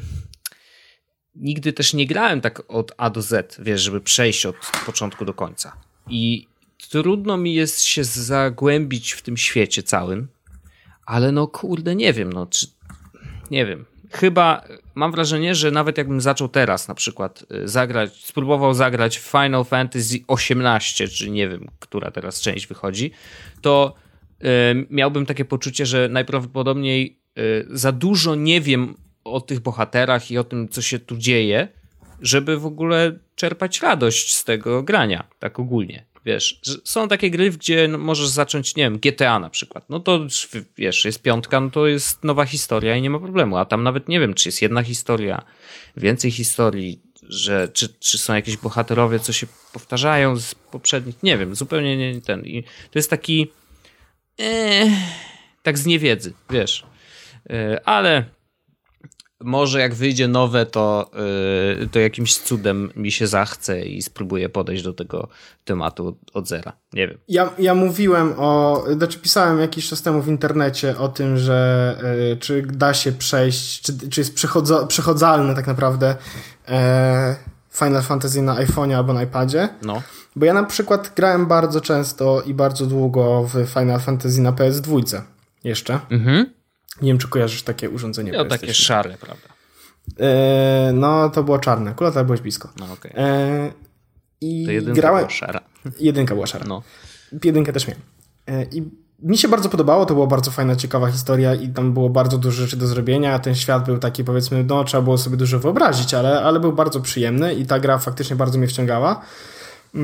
nigdy też nie grałem tak od A do Z, wiesz, żeby przejść od początku do końca. I trudno mi jest się zagłębić w tym świecie całym, ale no kurde, nie wiem, no czy nie wiem. Chyba mam wrażenie, że nawet jakbym zaczął teraz na przykład zagrać, spróbował zagrać w Final Fantasy osiemnaście, czy nie wiem, która teraz część wychodzi, to y, miałbym takie poczucie, że najprawdopodobniej y, za dużo nie wiem o tych bohaterach i o tym, co się tu dzieje, żeby w ogóle czerpać radość z tego grania, tak ogólnie. Wiesz, są takie gry, gdzie możesz zacząć, nie wiem, G T A na przykład. No to wiesz, jest piątka, no to jest nowa historia i nie ma problemu. A tam nawet nie wiem, czy jest jedna historia, więcej historii, że czy, czy są jakieś bohaterowie, co się powtarzają z poprzednich. Nie wiem, zupełnie nie ten. I to jest taki ee, tak z niewiedzy, wiesz. E, ale może jak wyjdzie nowe, to, yy, to jakimś cudem mi się zachce i spróbuję podejść do tego tematu od zera. Nie wiem. Ja, ja mówiłem o, znaczy pisałem jakiś czas temu w internecie o tym, że yy, czy da się przejść, czy, czy jest przechodza, przechodzalne tak naprawdę yy, Final Fantasy na iPhone'ie albo na iPadzie. No. Bo ja na przykład grałem bardzo często i bardzo długo w Final Fantasy na P S dwa jeszcze. Mhm. Nie wiem, czy kojarzysz takie urządzenie. No, takie szare, prawda? E, no, to było czarne. Akurat tak byłeś blisko. No, okej. Okay. E, I to jedynka grałem... była szara. Jedynka była szara. No. Jedynkę też miałem. E, I mi się bardzo podobało, to była bardzo fajna, ciekawa historia i tam było bardzo dużo rzeczy do zrobienia. Ten świat był taki, powiedzmy, no, trzeba było sobie dużo wyobrazić, ale, ale był bardzo przyjemny i ta gra faktycznie bardzo mnie wciągała.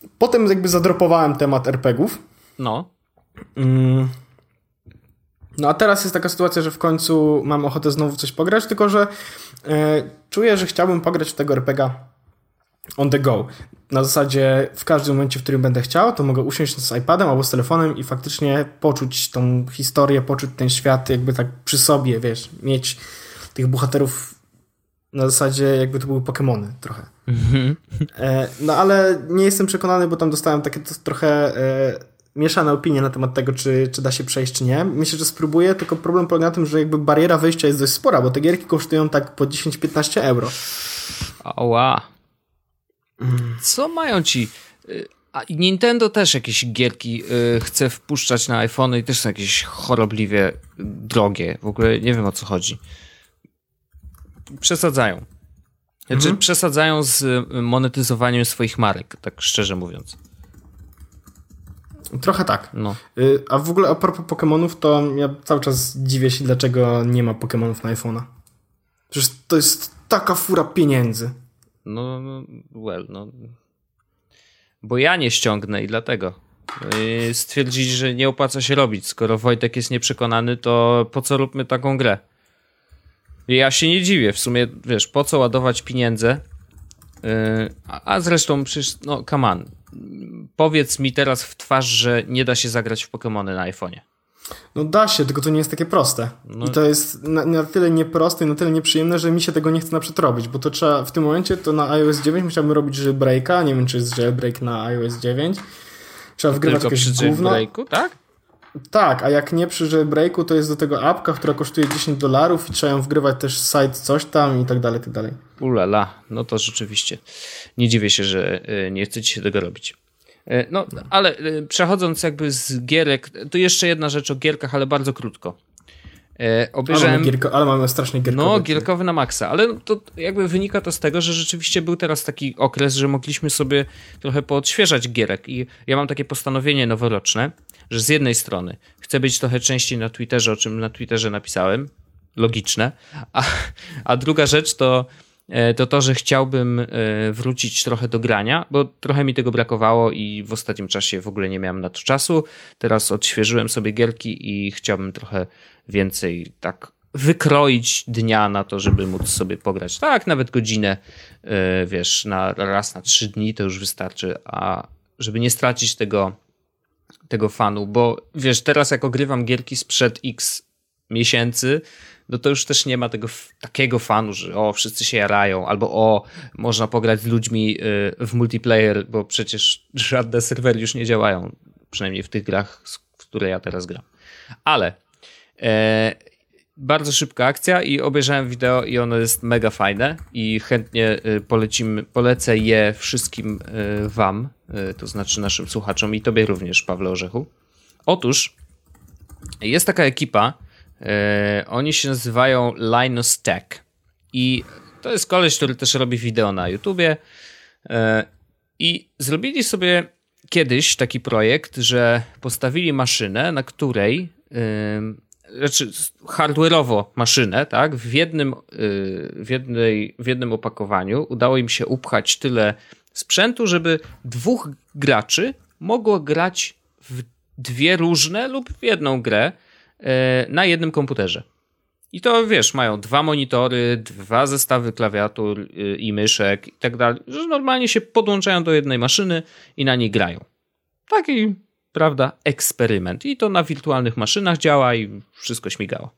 Potem jakby zadropowałem temat er pe gie ów. No. Mm. No a teraz jest taka sytuacja, że w końcu mam ochotę znowu coś pograć, tylko że e, czuję, że chciałbym pograć w tego er pe gie a on the go. Na zasadzie w każdym momencie, w którym będę chciał, to mogę usiąść z iPadem albo z telefonem i faktycznie poczuć tą historię, poczuć ten świat jakby tak przy sobie, wiesz, mieć tych bohaterów na zasadzie jakby to były Pokemony trochę. Mm-hmm. E, no ale nie jestem przekonany, bo tam dostałem takie to, trochę e, mieszane opinie na temat tego, czy, czy da się przejść, czy nie. Myślę, że spróbuję, tylko problem polega na tym, że jakby bariera wejścia jest dość spora, bo te gierki kosztują tak po dziesięć piętnaście euro. Ała. Co mają ci... A Nintendo też jakieś gierki y, chce wpuszczać na iPhony i też są jakieś chorobliwie drogie. W ogóle nie wiem, o co chodzi. Przesadzają. Znaczy mhm. przesadzają z monetyzowaniem swoich marek, tak szczerze mówiąc. Trochę tak. No. Y, a w ogóle a propos Pokemonów, to ja cały czas dziwię się, dlaczego nie ma Pokemonów na iPhone'a. Przecież to jest taka fura pieniędzy. No, no well, no... Bo ja nie ściągnę i dlatego. Yy, stwierdzili, że nie opłaca się robić. Skoro Wojtek jest nieprzekonany, to po co róbmy taką grę? I ja się nie dziwię. W sumie, wiesz, po co ładować pieniądze? Yy, a, a zresztą przecież, no come on. Powiedz mi teraz w twarz, że nie da się zagrać w Pokemony na iPhone'ie. No da się, tylko to nie jest takie proste. No. I to jest na, na tyle nieproste i na tyle nieprzyjemne, że mi się tego nie chce na przykład robić, bo to trzeba w tym momencie to na iOS dziewięć musiałbym robić jailbreaka, nie wiem czy jest jailbreak na iOS dziewięć. Trzeba wgrywać tylko jakieś przy gówno. Jailbreaku, tak? Tak, a jak nie przy jailbreaku, to jest do tego apka, która kosztuje dziesięć dolarów i trzeba ją wgrywać też site coś tam i tak dalej, tak dalej. Ulala, no to rzeczywiście. Nie dziwię się, że nie chcecie się tego robić. No, ale przechodząc jakby z gierek, to jeszcze jedna rzecz o gierkach, ale bardzo krótko. Obejrzałem... Ale, mamy gierko, ale mamy strasznie gierkowe. No, gierkowy na maksa, ale to jakby wynika to z tego, że rzeczywiście był teraz taki okres, że mogliśmy sobie trochę poodświeżać gierek i ja mam takie postanowienie noworoczne, że z jednej strony chcę być trochę częściej na Twitterze, o czym na Twitterze napisałem, logiczne, a, a druga rzecz to to to, że chciałbym wrócić trochę do grania, bo trochę mi tego brakowało i w ostatnim czasie w ogóle nie miałem na to czasu. Teraz odświeżyłem sobie gierki i chciałbym trochę więcej tak wykroić dnia na to, żeby móc sobie pograć. Tak, nawet godzinę, wiesz, na raz na trzy dni to już wystarczy, a żeby nie stracić tego, tego fanu, bo wiesz, teraz jak ogrywam gierki sprzed X miesięcy, no to już też nie ma tego takiego fanu, że o, wszyscy się jarają, albo o, można pograć z ludźmi w multiplayer, bo przecież żadne serwery już nie działają, przynajmniej w tych grach, w które ja teraz gram. Ale e, bardzo szybka akcja i obejrzałem wideo i ono jest mega fajne i chętnie polecimy, polecę je wszystkim wam, to znaczy naszym słuchaczom i tobie również, Pawle Orzechu. Otóż jest taka ekipa, Yy, oni się nazywają Linus Tech i to jest koleś, który też robi wideo na YouTubie yy, i zrobili sobie kiedyś taki projekt, że postawili maszynę, na której yy, znaczy hardware'owo maszynę, tak, w jednym, yy, w, jednej, w jednym opakowaniu udało im się upchać tyle sprzętu, żeby dwóch graczy mogło grać w dwie różne lub w jedną grę na jednym komputerze. I to wiesz, mają dwa monitory, dwa zestawy klawiatur i myszek i tak dalej, że normalnie się podłączają do jednej maszyny i na niej grają. Taki, prawda, eksperyment. I to na wirtualnych maszynach działa i wszystko śmigało.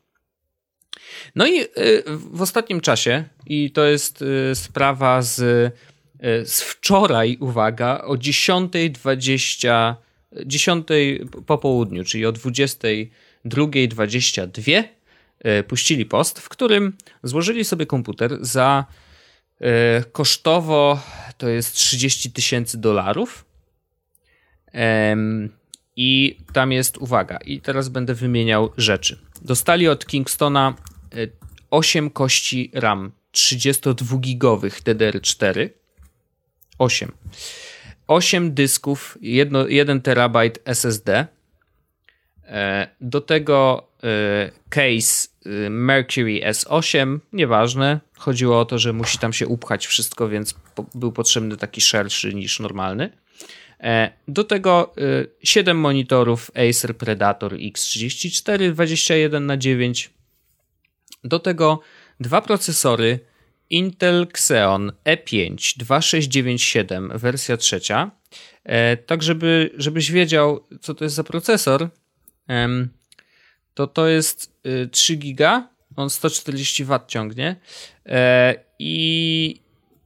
No i w ostatnim czasie, i to jest sprawa z, z wczoraj, uwaga, o dziesiątej dwadzieścia, dziesiątej po południu, czyli o dwudziestej drugiej dwadzieścia dwie puścili post, w którym złożyli sobie komputer za e, kosztowo to jest trzydzieści tysięcy dolarów e, i tam jest, uwaga, i teraz będę wymieniał rzeczy. Dostali od Kingstona osiem kości RAM trzydziestodwugigowych D D R cztery, osiem. osiem dysków, jedno, jeden terabajt S S D. Do tego case Mercury S osiem, nieważne. Chodziło o to, że musi tam się upchać wszystko, więc był potrzebny taki szerszy niż normalny. Do tego siedem monitorów Acer Predator X trzydzieści cztery dwadzieścia jeden na dziewięć. Do tego dwa procesory Intel Xeon E pięć dwa sześć dziewięć siedem wersja trzecia. Tak, żeby, żebyś wiedział, co to jest za procesor, to to jest trzy giga, on sto czterdzieści watów ciągnie i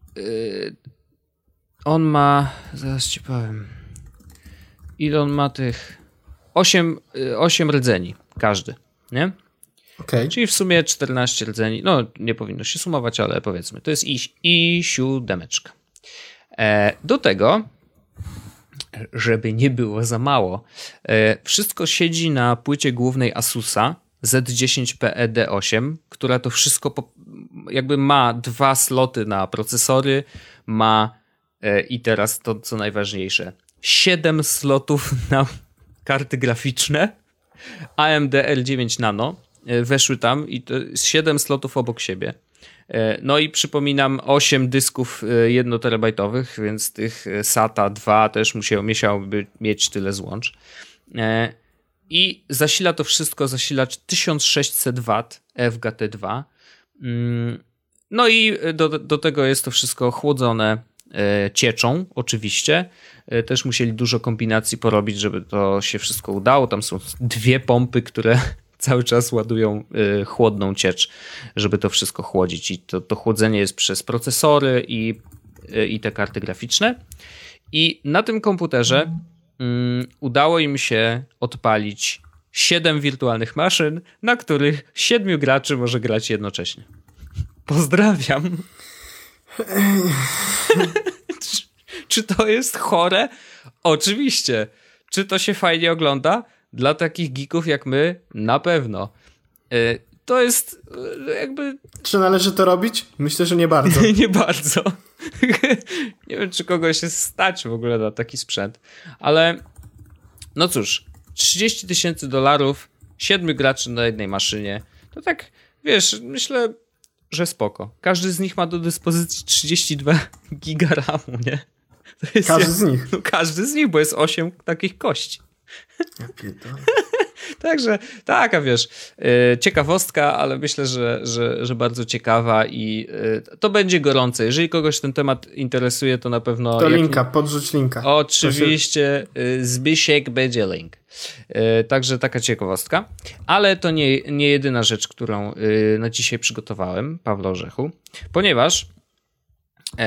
on ma, zaraz ci powiem, ile on ma tych, osiem, osiem rdzeni każdy, nie? Okay. Czyli w sumie czternaście rdzeni, no nie powinno się sumować, ale powiedzmy, to jest i siedem. Do tego, żeby nie było za mało, wszystko siedzi na płycie głównej Asusa Z dziesięć P E D osiem, która to wszystko po, jakby ma dwa sloty na procesory, ma i teraz to co najważniejsze, siedem slotów na karty graficzne A M D R dziewięć Nano weszły tam i to jest siedem slotów obok siebie. No i przypominam, osiem dysków jednoterabajtowych, więc tych SATA dwa też musiał, musiałoby mieć tyle złącz. I zasila to wszystko, zasilacz tysiąc sześćset watów F G T dwa. No i do, do tego jest to wszystko chłodzone cieczą, oczywiście. Też musieli dużo kombinacji porobić, żeby to się wszystko udało. Tam są dwie pompy, które cały czas ładują y, chłodną ciecz, żeby to wszystko chłodzić. I to, to chłodzenie jest przez procesory i, y, i te karty graficzne. I na tym komputerze y, udało im się odpalić siedem wirtualnych maszyn, na których siedmiu graczy może grać jednocześnie. Pozdrawiam. czy, czy to jest chore? Oczywiście. Czy to się fajnie ogląda? Dla takich geeków jak my, na pewno. Yy, to jest yy, jakby... Czy należy to robić? Myślę, że nie bardzo. nie bardzo. Nie wiem, czy kogoś jest stać w ogóle na taki sprzęt. Ale no cóż, trzydzieści tysięcy dolarów, siedmiu graczy na jednej maszynie. To tak, wiesz, myślę, że spoko. Każdy z nich ma do dyspozycji trzydzieści dwa giga ramu, nie? To jest każdy jak, z nich? No, każdy z nich, bo jest osiem takich kości. Ja pierdolę. Także taka, wiesz, yy, ciekawostka, ale myślę, że, że, że bardzo ciekawa i yy, to będzie gorące. Jeżeli kogoś ten temat interesuje, to na pewno... To jak... linka, podrzuć linka. Oczywiście, się... yy, Zbysiek będzie link. Yy, także taka ciekawostka. Ale to nie, nie jedyna rzecz, którą yy, na dzisiaj przygotowałem, Pawle Orzechu, ponieważ yy,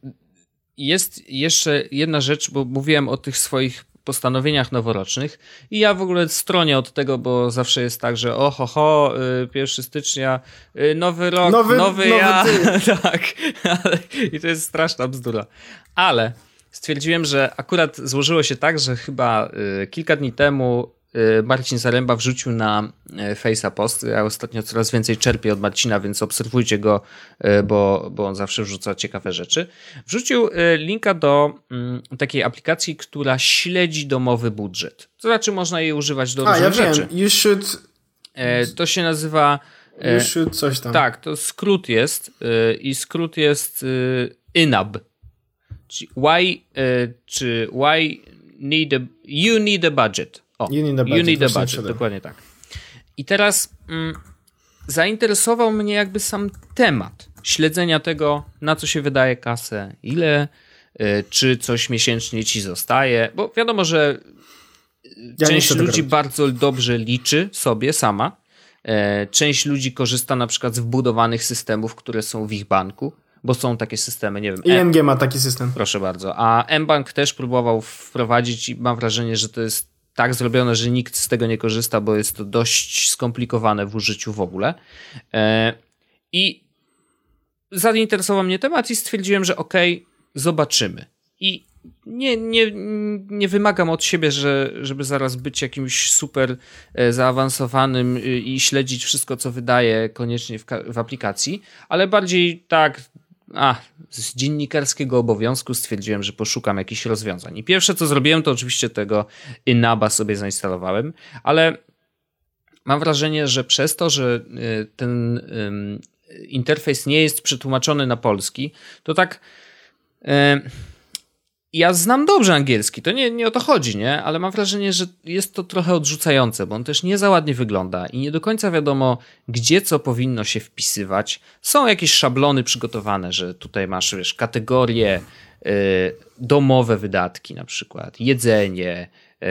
jest jeszcze jedna rzecz, bo mówiłem o tych swoich postanowieniach noworocznych i ja w ogóle stronię od tego, bo zawsze jest tak, że oho, ho, y, pierwszego stycznia, y, nowy rok, nowy, nowy, nowy ja. tak, ale, i to jest straszna bzdura. Ale stwierdziłem, że akurat złożyło się tak, że chyba y, kilka dni temu y, Marcin Zaręba wrzucił na y, Face'a post. Ja ostatnio coraz więcej czerpię od Marcina, więc obserwujcie go, y, bo, bo on zawsze wrzuca ciekawe rzeczy. Wrzucił y, linka do y, takiej aplikacji, która śledzi domowy budżet. To znaczy można jej używać do A, różnych ja rzeczy. Wiem. You should... E, to się nazywa... E, you should coś tam. Tak, to skrót jest y, i skrót jest y, I N A B. Czyli why, y, czy why need a, you need a budget. O, you need a budget, you need a budget dokładnie tak. I teraz mm, zainteresował mnie jakby sam temat śledzenia tego, na co się wydaje kasę, ile, y, czy coś miesięcznie ci zostaje, bo wiadomo, że ja część ludzi bardzo dobrze liczy sobie sama. E, część ludzi korzysta na przykład z wbudowanych systemów, które są w ich banku, bo są takie systemy, nie wiem. I N G ma taki system. Proszę bardzo. A mBank też próbował wprowadzić i mam wrażenie, że to jest tak zrobione, że nikt z tego nie korzysta, bo jest to dość skomplikowane w użyciu w ogóle. E, I zainteresował mnie temat i stwierdziłem, że okej, okay, zobaczymy. I nie, nie, nie wymagam od siebie, że, żeby zaraz być jakimś super zaawansowanym i śledzić wszystko, co wydaje koniecznie w, w aplikacji, ale bardziej tak, a, z dziennikarskiego obowiązku stwierdziłem, że poszukam jakichś rozwiązań. I pierwsze, co zrobiłem, to oczywiście tego I N A B a sobie zainstalowałem, ale mam wrażenie, że przez to, że ten um, interfejs nie jest przetłumaczony na polski, to tak... Um, ja znam dobrze angielski, to nie, nie o to chodzi, nie? Ale mam wrażenie, że jest to trochę odrzucające, bo on też nie za ładnie wygląda i nie do końca wiadomo, gdzie co powinno się wpisywać. Są jakieś szablony przygotowane, że tutaj masz, wiesz, kategorie y, domowe wydatki na przykład, jedzenie, y,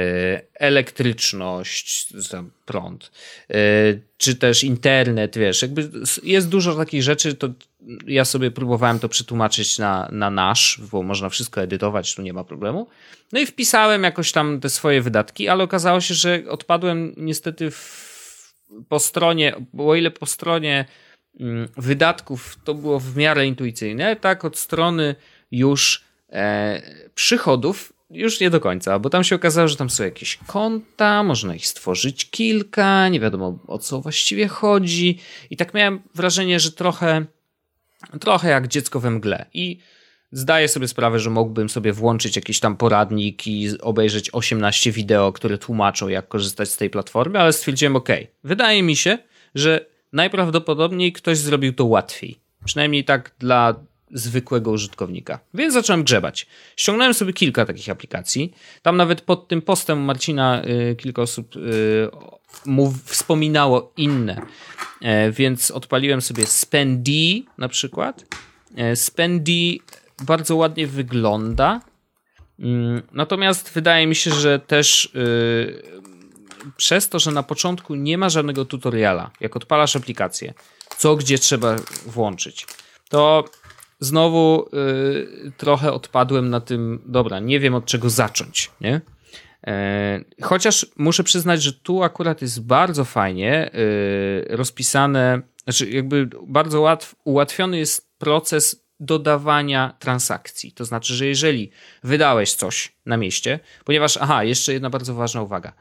elektryczność, tam prąd, y, czy też internet, wiesz, jakby jest dużo takich rzeczy, to ja sobie próbowałem to przetłumaczyć na, na nasz, bo można wszystko edytować, tu nie ma problemu. No i wpisałem jakoś tam te swoje wydatki, ale okazało się, że odpadłem niestety w, po stronie, bo o ile po stronie mm, wydatków to było w miarę intuicyjne, tak od strony już e, przychodów już nie do końca, bo tam się okazało, że tam są jakieś konta, można ich stworzyć kilka, nie wiadomo o co właściwie chodzi i tak miałem wrażenie, że trochę Trochę jak dziecko we mgle i zdaję sobie sprawę, że mógłbym sobie włączyć jakiś tam poradnik i obejrzeć osiemnaście wideo, które tłumaczą, jak korzystać z tej platformy, ale stwierdziłem, ok, wydaje mi się, że najprawdopodobniej ktoś zrobił to łatwiej. Przynajmniej tak dla zwykłego użytkownika. Więc zacząłem grzebać. Ściągnąłem sobie kilka takich aplikacji. Tam nawet pod tym postem Marcina y, kilka osób y, mu wspominało inne. E, więc odpaliłem sobie Spendi na przykład. E, Spendi bardzo ładnie wygląda. Mm, natomiast wydaje mi się, że też y, przez to, że na początku nie ma żadnego tutoriala, jak odpalasz aplikację, co gdzie trzeba włączyć, to znowu y, trochę odpadłem na tym, dobra, nie wiem od czego zacząć, nie? E, chociaż muszę przyznać, że tu akurat jest bardzo fajnie y, rozpisane, znaczy jakby bardzo łatw, ułatwiony jest proces dodawania transakcji. To znaczy, że jeżeli wydałeś coś na mieście, ponieważ, aha, jeszcze jedna bardzo ważna uwaga.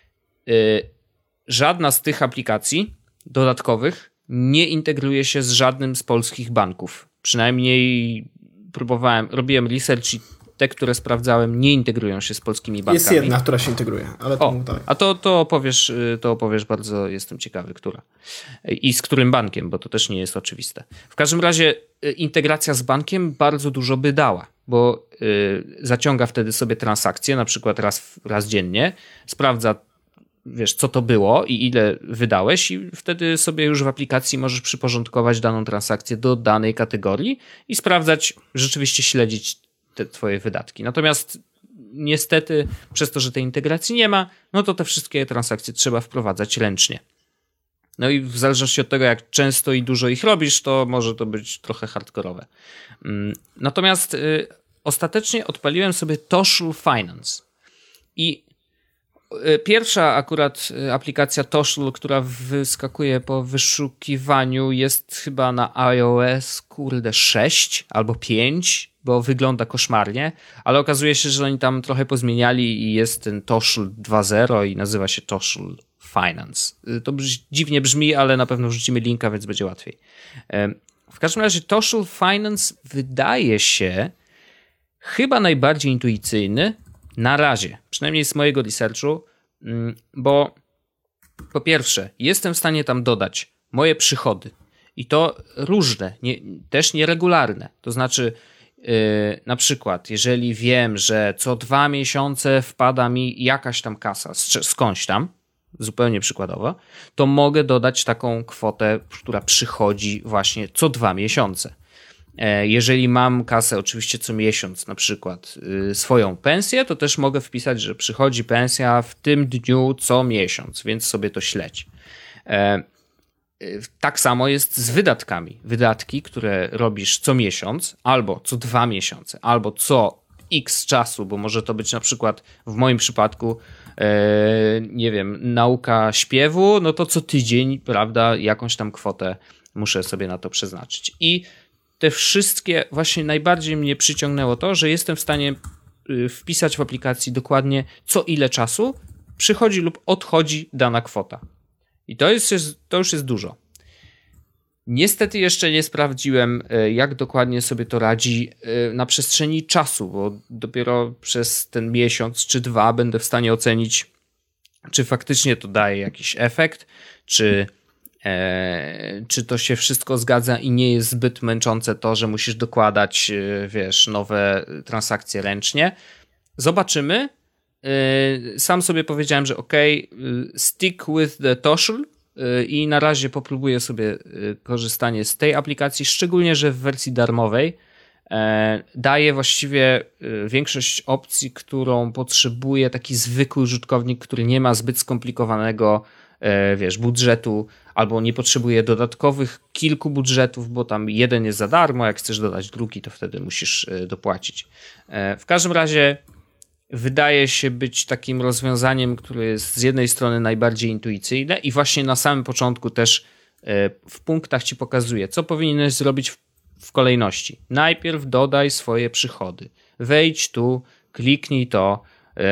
Y, żadna z tych aplikacji dodatkowych nie integruje się z żadnym z polskich banków. Przynajmniej próbowałem, robiłem research i te, które sprawdzałem, nie integrują się z polskimi bankami. Jest jedna, która się integruje, ale to o, a to, to, opowiesz, to opowiesz bardzo, jestem ciekawy, która. I z którym bankiem, bo to też nie jest oczywiste. W każdym razie integracja z bankiem bardzo dużo by dała, bo y, zaciąga wtedy sobie transakcje, na przykład raz, raz dziennie, sprawdza, wiesz, co to było i ile wydałeś i wtedy sobie już w aplikacji możesz przyporządkować daną transakcję do danej kategorii i sprawdzać, rzeczywiście śledzić te twoje wydatki. Natomiast niestety przez to, że tej integracji nie ma, no to te wszystkie transakcje trzeba wprowadzać ręcznie. No i w zależności od tego, jak często i dużo ich robisz, to może to być trochę hardkorowe. Natomiast y, ostatecznie odpaliłem sobie Toshul Finance i pierwsza akurat aplikacja Toshul, która wyskakuje po wyszukiwaniu, jest chyba na iOS, kurde, sześć albo pięć, bo wygląda koszmarnie, ale okazuje się, że oni tam trochę pozmieniali i jest ten Toshul dwa zero i nazywa się Toshul Finance. To dziwnie brzmi, ale na pewno wrzucimy linka, więc będzie łatwiej. W każdym razie Toshul Finance wydaje się chyba najbardziej intuicyjny na razie, przynajmniej z mojego researchu, bo po pierwsze, jestem w stanie tam dodać moje przychody i to różne, nie, też nieregularne. To znaczy, yy, na przykład, jeżeli wiem, że co dwa miesiące wpada mi jakaś tam kasa z, skądś tam, zupełnie przykładowo, to mogę dodać taką kwotę, która przychodzi właśnie co dwa miesiące. Jeżeli mam kasę oczywiście co miesiąc, na przykład yy, swoją pensję, to też mogę wpisać, że przychodzi pensja w tym dniu co miesiąc, więc sobie to śledź. E, yy, tak samo jest z wydatkami. Wydatki, które robisz co miesiąc, albo co dwa miesiące, albo co x czasu, bo może to być na przykład w moim przypadku e, nie wiem, nauka śpiewu, no to co tydzień, prawda, jakąś tam kwotę muszę sobie na to przeznaczyć. I te wszystkie, właśnie najbardziej mnie przyciągnęło to, że jestem w stanie wpisać w aplikacji dokładnie co ile czasu przychodzi lub odchodzi dana kwota. I to, jest, to już jest dużo. Niestety jeszcze nie sprawdziłem, jak dokładnie sobie to radzi na przestrzeni czasu, bo dopiero przez ten miesiąc czy dwa będę w stanie ocenić, czy faktycznie to daje jakiś efekt, czy e, czy to się wszystko zgadza i nie jest zbyt męczące to, że musisz dokładać, e, wiesz, nowe transakcje ręcznie. Zobaczymy. E, sam sobie powiedziałem, że ok, stick with the Toshul e, i na razie popróbuję sobie e, korzystanie z tej aplikacji, szczególnie, że w wersji darmowej daje właściwie większość opcji, którą potrzebuje taki zwykły użytkownik, który nie ma zbyt skomplikowanego, wiesz, budżetu albo nie potrzebuje dodatkowych kilku budżetów, bo tam jeden jest za darmo, jak chcesz dodać drugi, to wtedy musisz dopłacić. W każdym razie wydaje się być takim rozwiązaniem, które jest z jednej strony najbardziej intuicyjne i właśnie na samym początku też w punktach ci pokazuje, co powinieneś zrobić w w kolejności. Najpierw dodaj swoje przychody. Wejdź tu, kliknij to,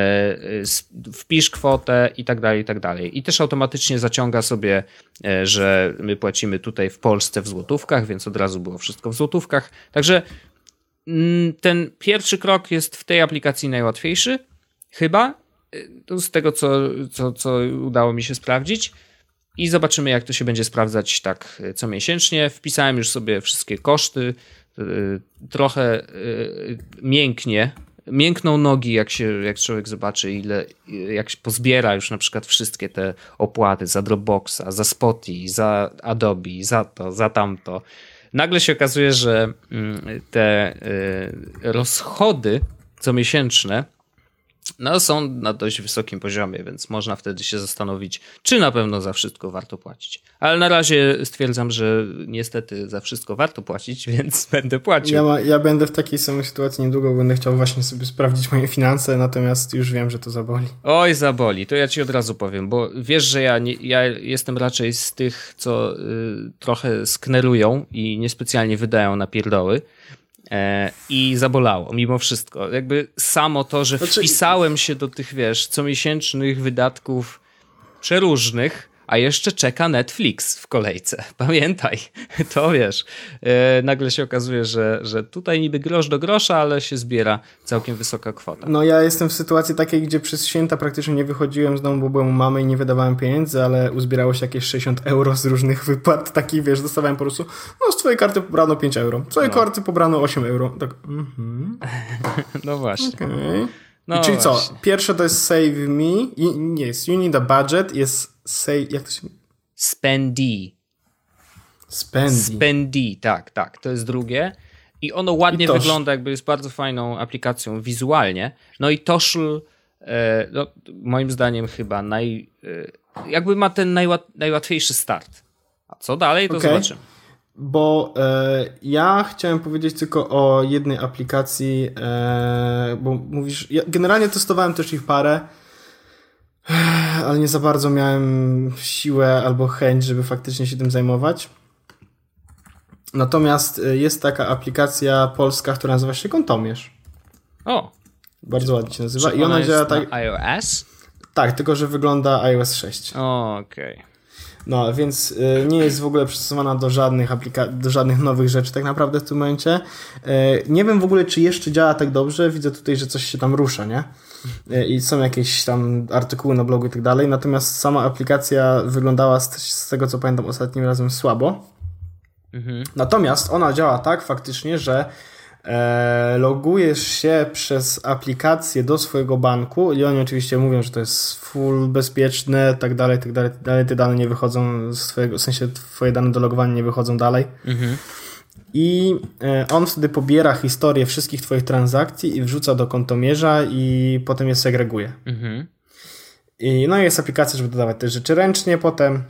yy, wpisz kwotę i tak dalej, i tak dalej. I też automatycznie zaciąga sobie, yy, że my płacimy tutaj w Polsce w złotówkach, więc od razu było wszystko w złotówkach. Także yy, ten pierwszy krok jest w tej aplikacji najłatwiejszy. Chyba. Yy, z tego, co, co, co udało mi się sprawdzić. I zobaczymy, jak to się będzie sprawdzać tak comiesięcznie. Wpisałem już sobie wszystkie koszty. Trochę mięknie, miękną nogi, jak się, jak człowiek zobaczy, ile, jak się pozbiera już na przykład wszystkie te opłaty za Dropboxa, za Spotify, za Adobe, za to, za tamto. Nagle się okazuje, że te rozchody comiesięczne no, są na dość wysokim poziomie, więc można wtedy się zastanowić, czy na pewno za wszystko warto płacić. Ale na razie stwierdzam, że niestety za wszystko warto płacić, więc będę płacił. Ja, ma, ja będę w takiej samej sytuacji niedługo, będę chciał właśnie sobie sprawdzić moje finanse, natomiast już wiem, że to zaboli. Oj, zaboli, to ja ci od razu powiem, bo wiesz, że ja, nie, ja jestem raczej z tych, co y, trochę sknerują i niespecjalnie wydają na pierdoły. I zabolało, mimo wszystko. Jakby samo to, że znaczy... wpisałem się do tych, wiesz, comiesięcznych wydatków przeróżnych, a jeszcze czeka Netflix w kolejce. Pamiętaj, to wiesz. E, nagle się okazuje, że, że tutaj niby grosz do grosza, ale się zbiera całkiem wysoka kwota. No ja jestem w sytuacji takiej, gdzie przez święta praktycznie nie wychodziłem z domu, bo byłem u mamy i nie wydawałem pieniędzy, ale uzbierało się jakieś sześćdziesiąt euro z różnych wypłat. Takich, wiesz, dostawałem po prostu, no z twojej karty pobrano pięć euro, z twojej no. karty pobrano osiem euro. Tak, mhm. No właśnie. Okay. No czyli właśnie. co? Pierwsze to jest Save Me. I, nie, jest You Need a Budget. Jest Save... Jak to się... Spendee. Spendee. Spendee, tak, tak. To jest drugie. I ono ładnie I wygląda, jakby jest bardzo fajną aplikacją wizualnie. No i Toshul, e, no, moim zdaniem chyba naj... E, jakby ma ten najłat, najłatwiejszy start. A co dalej, to okay. zobaczymy. Bo e, ja chciałem powiedzieć tylko o jednej aplikacji, e, bo mówisz, ja generalnie testowałem też ich parę, ale nie za bardzo miałem siłę albo chęć, żeby faktycznie się tym zajmować. Natomiast jest taka aplikacja polska, która nazywa się Kontomierz. O! Bardzo ładnie się nazywa. Czy I ona, ona działa tak. Na iOS? Tak, tylko że wygląda iOS sześć. O, okej. Okay. No, więc y, nie jest w ogóle przystosowana do żadnych aplika- do żadnych nowych rzeczy tak naprawdę w tym momencie. Y, nie wiem w ogóle, czy jeszcze działa tak dobrze. Widzę tutaj, że coś się tam rusza, nie? Y, I są jakieś tam artykuły na blogu i tak dalej. Natomiast sama aplikacja wyglądała z, z tego, co pamiętam ostatnim razem słabo. Mhm. Natomiast ona działa tak faktycznie, że e, logujesz się przez aplikację do swojego banku i oni oczywiście mówią, że to jest full bezpieczne, tak dalej, tak dalej, tak dalej. Te dane nie wychodzą z twojego, w sensie twoje dane do logowania nie wychodzą dalej. Mhm. I e, on wtedy pobiera historię wszystkich twoich transakcji i wrzuca do kontomierza i potem je segreguje. Mhm. I no i jest aplikacja, żeby dodawać te rzeczy ręcznie potem.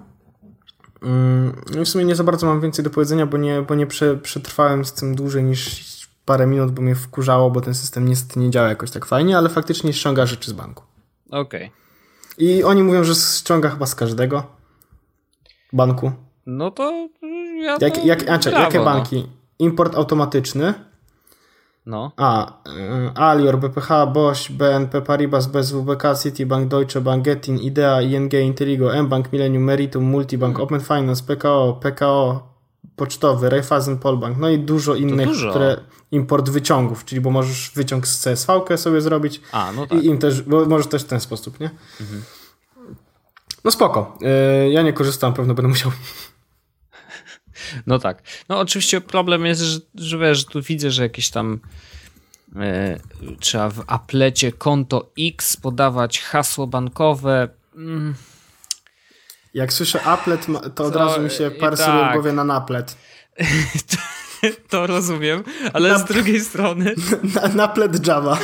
No i w sumie nie za bardzo mam więcej do powiedzenia, bo nie, bo nie prze, przetrwałem z tym dłużej niż parę minut, bo mnie wkurzało, bo ten system niestety nie działa jakoś tak fajnie, ale faktycznie ściąga rzeczy z banku. Okej. Okay. I oni mówią, że ściąga chyba z każdego banku. No to ja to jak, jak, a, czek, Jakie banki? No. Import automatyczny. No. A, Alior, B P H, Bosch, B N P Paribas, B S W B K, Citibank, Deutsche Bank, Getin, Idea, I N G, Inteligo, mBank, Millennium, Meritum, Multibank, Open Finance, P K O, P K O, Pocztowy, Raiffeisen, Polbank, no i dużo innych, dużo. które import wyciągów, czyli bo możesz wyciąg z C S V-kę sobie zrobić. A, no tak. I im też, bo możesz też w ten sposób, nie? Mhm. No spoko. Yy, ja nie korzystam, pewno będę musiał. No tak. No oczywiście problem jest, że, że wiesz, tu widzę, że jakieś tam e, trzeba w Applecie konto X podawać hasło bankowe. Mm. Jak słyszę Applet, to od To, razu mi się parę tak. sobie w głowie na naplet. to, to rozumiem, ale na, z drugiej strony... Na, naplet Java.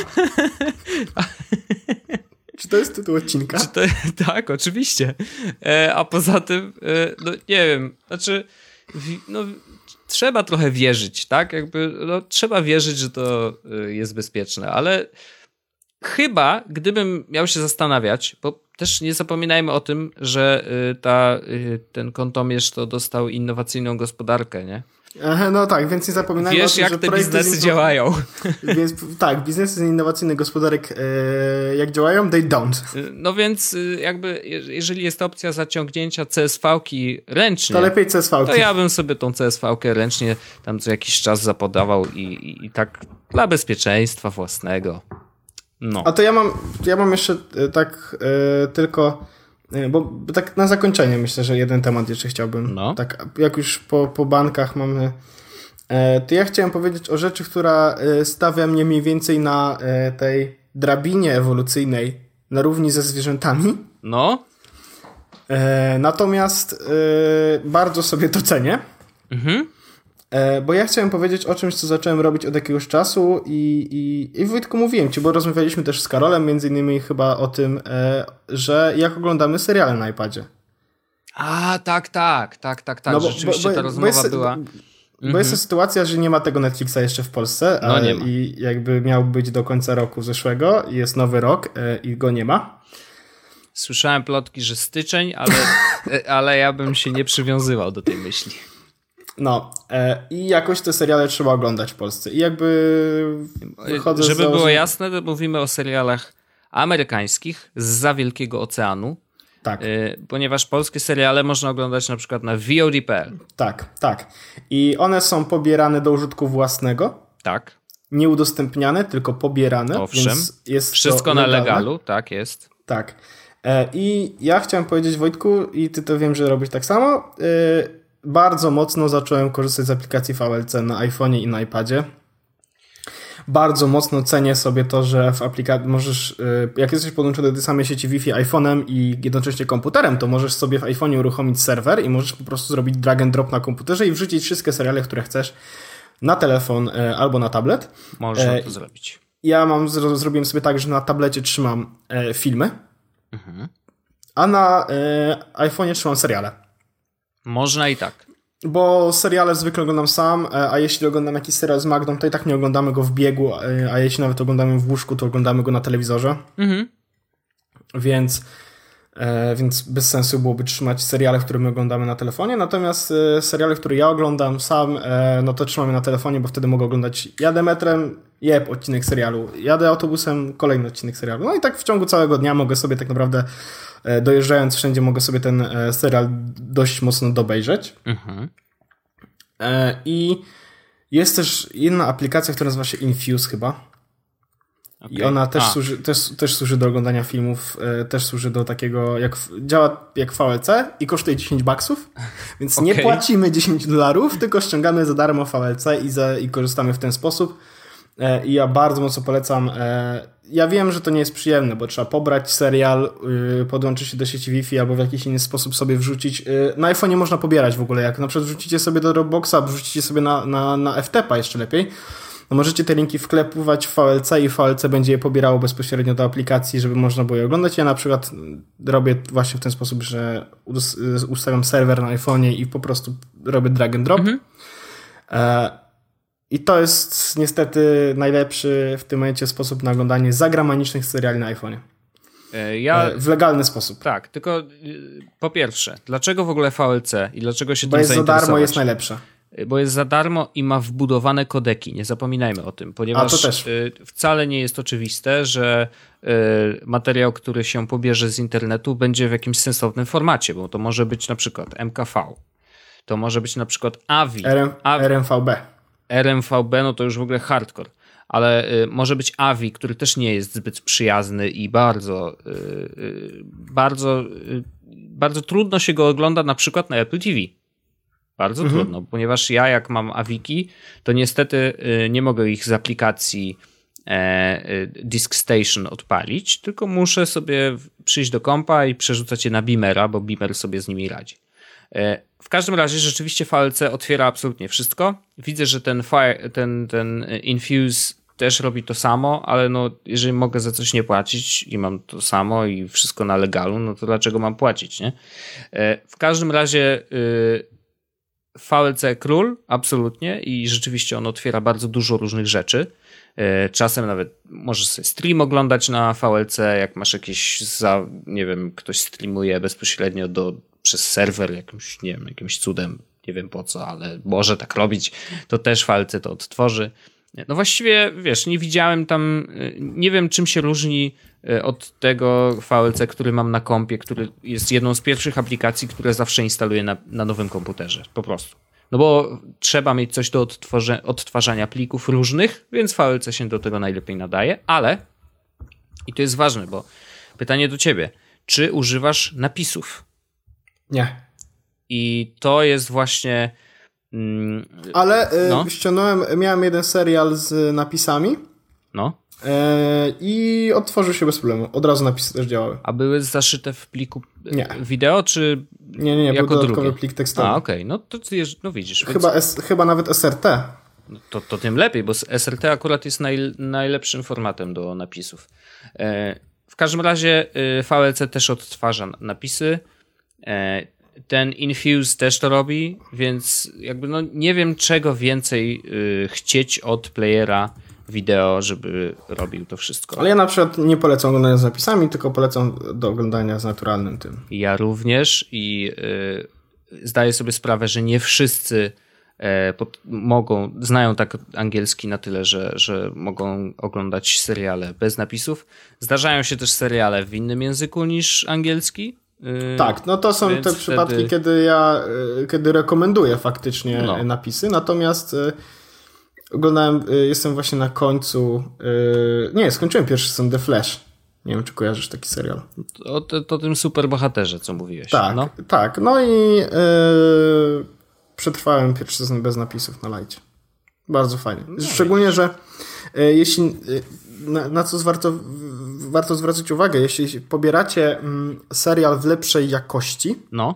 Czy to jest tytuł odcinka? Czy to, tak, oczywiście. E, a poza tym, e, no nie wiem, znaczy... No, trzeba trochę wierzyć, tak? Jakby, no, trzeba wierzyć, że to jest bezpieczne, ale chyba, gdybym miał się zastanawiać, bo też nie zapominajmy o tym, że ta, ten kontomierz to dostał innowacyjną gospodarkę, nie? No tak, więc nie zapominajmy Wiesz, o tym, jak że te biznesy inno... działają. Więc tak, biznesy z innowacyjnych gospodarek e, jak działają? They don't. No więc jakby, jeżeli jest opcja zaciągnięcia C S V-ki ręcznie, to lepiej C S V-ki. To ja bym sobie tą C S V-kę ręcznie tam co jakiś czas zapodawał i, i, i tak dla bezpieczeństwa własnego. No. A to ja mam, ja mam jeszcze tak e, tylko, e, bo, bo tak na zakończenie myślę, że jeden temat jeszcze chciałbym. No. Tak, jak już po, po bankach mamy, e, to ja chciałem powiedzieć o rzeczy, która e, stawia mnie mniej więcej na e, tej drabinie ewolucyjnej na równi ze zwierzętami. No. E, natomiast e, bardzo sobie to cenię. Mhm. Bo ja chciałem powiedzieć o czymś, co zacząłem robić od jakiegoś czasu i, i, i Wojtku mówiłem ci, bo rozmawialiśmy też z Karolem między innymi chyba o tym, e, że jak oglądamy seriale na iPadzie. A, tak, tak, tak, tak, tak, no bo, rzeczywiście bo, ta bo rozmowa jest, była. Bo mhm. jest to sytuacja, że nie ma tego Netflixa jeszcze w Polsce no, a, nie ma. i jakby miał być do końca roku zeszłego i jest nowy rok e, i go nie ma. Słyszałem plotki, że styczeń, ale, ale ja bym się nie przywiązywał do tej myśli. No e, i jakoś te seriale trzeba oglądać w Polsce i jakby wychodzę Żeby z założenia... było jasne, to mówimy o serialach amerykańskich zza Wielkiego Oceanu, tak. y, ponieważ polskie seriale można oglądać na przykład na V O D kropka P L. Tak, tak. I one są pobierane do użytku własnego. Tak. Nie udostępniane, tylko pobierane. Owszem. Więc jest wszystko na legalu, tak jest. Tak. E, I ja chciałem powiedzieć, Wojtku, i ty to wiem, że robisz tak samo, y, bardzo mocno zacząłem korzystać z aplikacji V L C na iPhone'ie i na iPadzie. Bardzo mocno cenię sobie to, że w aplikacji możesz, jak jesteś podłączony do tej samej sieci Wi-Fi iPhone'em i jednocześnie komputerem, to możesz sobie w iPhone'ie uruchomić serwer i możesz po prostu zrobić drag and drop na komputerze i wrzucić wszystkie seriale, które chcesz na telefon albo na tablet. Można to e, zrobić. Ja mam, zrobiłem sobie tak, że na tablecie trzymam e, filmy, mhm. a na e, iPhone'ie trzymam seriale. Można i tak. Bo seriale zwykle oglądam sam, a jeśli oglądam jakiś serial z Magdą, to i tak nie oglądamy go w biegu, a jeśli nawet oglądamy w łóżku, to oglądamy go na telewizorze. Mhm. Więc, e, więc bez sensu byłoby trzymać seriale, które my oglądamy na telefonie. Natomiast e, seriale, które ja oglądam sam, e, no to trzymam je na telefonie, bo wtedy mogę oglądać jadę metrem, jeb, odcinek serialu, jadę autobusem, kolejny odcinek serialu. No i tak w ciągu całego dnia mogę sobie tak naprawdę dojeżdżając wszędzie mogę sobie ten serial dość mocno dobejrzeć. Mhm. I jest też inna aplikacja, która nazywa się Infuse chyba. Okay. I ona też służy, też, też służy do oglądania filmów, też służy do takiego, jak działa jak V L C i kosztuje dziesięć baksów, więc okay. nie płacimy dziesięć dolarów, tylko ściągamy za darmo V L C i, za, i korzystamy w ten sposób. I ja bardzo mocno polecam. Ja wiem, że to nie jest przyjemne, bo trzeba pobrać serial, podłączyć się do sieci Wi-Fi albo w jakiś inny sposób sobie wrzucić. Na iPhone'ie można pobierać w ogóle. Jak na przykład wrzucicie sobie do Dropboxa, wrzucicie sobie na, na, na F T P a jeszcze lepiej, no możecie te linki wklepywać w V L C i V L C będzie je pobierało bezpośrednio do aplikacji, żeby można było je oglądać. Ja na przykład robię właśnie w ten sposób, że ustawiam serwer na iPhone'ie i po prostu robię drag and drop. Mhm. I to jest niestety najlepszy w tym momencie sposób na oglądanie zagranicznych seriali na iPhone'ie. Ja, w legalny sposób. Tak, tylko po pierwsze, dlaczego w ogóle V L C i dlaczego się Bo tym jest za darmo, jest najlepsze? Bo jest za darmo i ma wbudowane kodeki, nie zapominajmy o tym, ponieważ A, to też. wcale nie jest oczywiste, że materiał, który się pobierze z internetu będzie w jakimś sensownym formacie, bo to może być na przykład M K V, to może być na przykład A V I. R M V B. R M V B, no to już w ogóle hardcore, ale y, może być A V I, który też nie jest zbyt przyjazny i bardzo, y, y, bardzo y, bardzo trudno się go ogląda na przykład na Apple T V. Bardzo mhm. trudno, ponieważ ja jak mam Awiki, to niestety nie mogę ich z aplikacji Disk Station odpalić, tylko muszę sobie przyjść do kompa i przerzucać je na Beamera, bo Beamer sobie z nimi radzi. W każdym razie rzeczywiście V L C otwiera absolutnie wszystko. Widzę, że ten, Fire, ten, ten Infuse też robi to samo, ale no, jeżeli mogę za coś nie płacić i mam to samo i wszystko na legalu, no to dlaczego mam płacić, nie? W każdym razie V L C król, absolutnie, i rzeczywiście on otwiera bardzo dużo różnych rzeczy. Czasem nawet możesz sobie stream oglądać na V L C, jak masz jakieś, za, nie wiem, ktoś streamuje bezpośrednio do, przez serwer jakimś, nie wiem, jakimś cudem, nie wiem po co, ale może tak robić, to też V L C to odtworzy. No właściwie, wiesz, nie widziałem tam, nie wiem czym się różni od tego V L C, który mam na kompie, który jest jedną z pierwszych aplikacji, które zawsze instaluję na, na nowym komputerze, po prostu. No bo trzeba mieć coś do odtworze- odtwarzania plików różnych, więc V L C się do tego najlepiej nadaje, ale, i to jest ważne, bo pytanie do ciebie, czy używasz napisów? Nie. I to jest właśnie... Ale no. y, ściągnąłem, miałem jeden serial z napisami. No. Y, I odtworzył się bez problemu. Od razu napisy też działały. A były zaszyte w pliku nie. wideo, czy Nie, nie, nie, jako był dodatkowy drugie? plik tekstowy. A, okej, okay. No to no widzisz. Chyba, więc... S, chyba nawet S R T. No to, to tym lepiej, bo S R T akurat jest naj, najlepszym formatem do napisów. E, w każdym razie e, V L C też odtwarza napisy. E, Ten Infuse też to robi, więc jakby no nie wiem czego więcej y, chcieć od playera wideo, żeby robił to wszystko. Ale ja na przykład nie polecam oglądania z napisami, tylko polecam do oglądania z naturalnym tym. Ja również i y, zdaję sobie sprawę, że nie wszyscy y, pod, mogą, znają tak angielski na tyle, że, że mogą oglądać seriale bez napisów. Zdarzają się też seriale w innym języku niż angielski. Tak, no to są te wtedy... przypadki, kiedy ja kiedy rekomenduję faktycznie no. napisy, natomiast y, oglądałem, y, jestem właśnie na końcu, y, nie, skończyłem pierwszy sezon The Flash. Nie wiem, czy kojarzysz taki serial. O to, to tym superbohaterze, co mówiłeś. Tak, no. tak. No i y, przetrwałem pierwszy sezon bez napisów na lajcie. Bardzo fajnie. No, szczególnie, wiesz. że y, jeśli y, na, na co warto, warto zwracać uwagę, jeśli pobieracie mm, serial w lepszej jakości, no.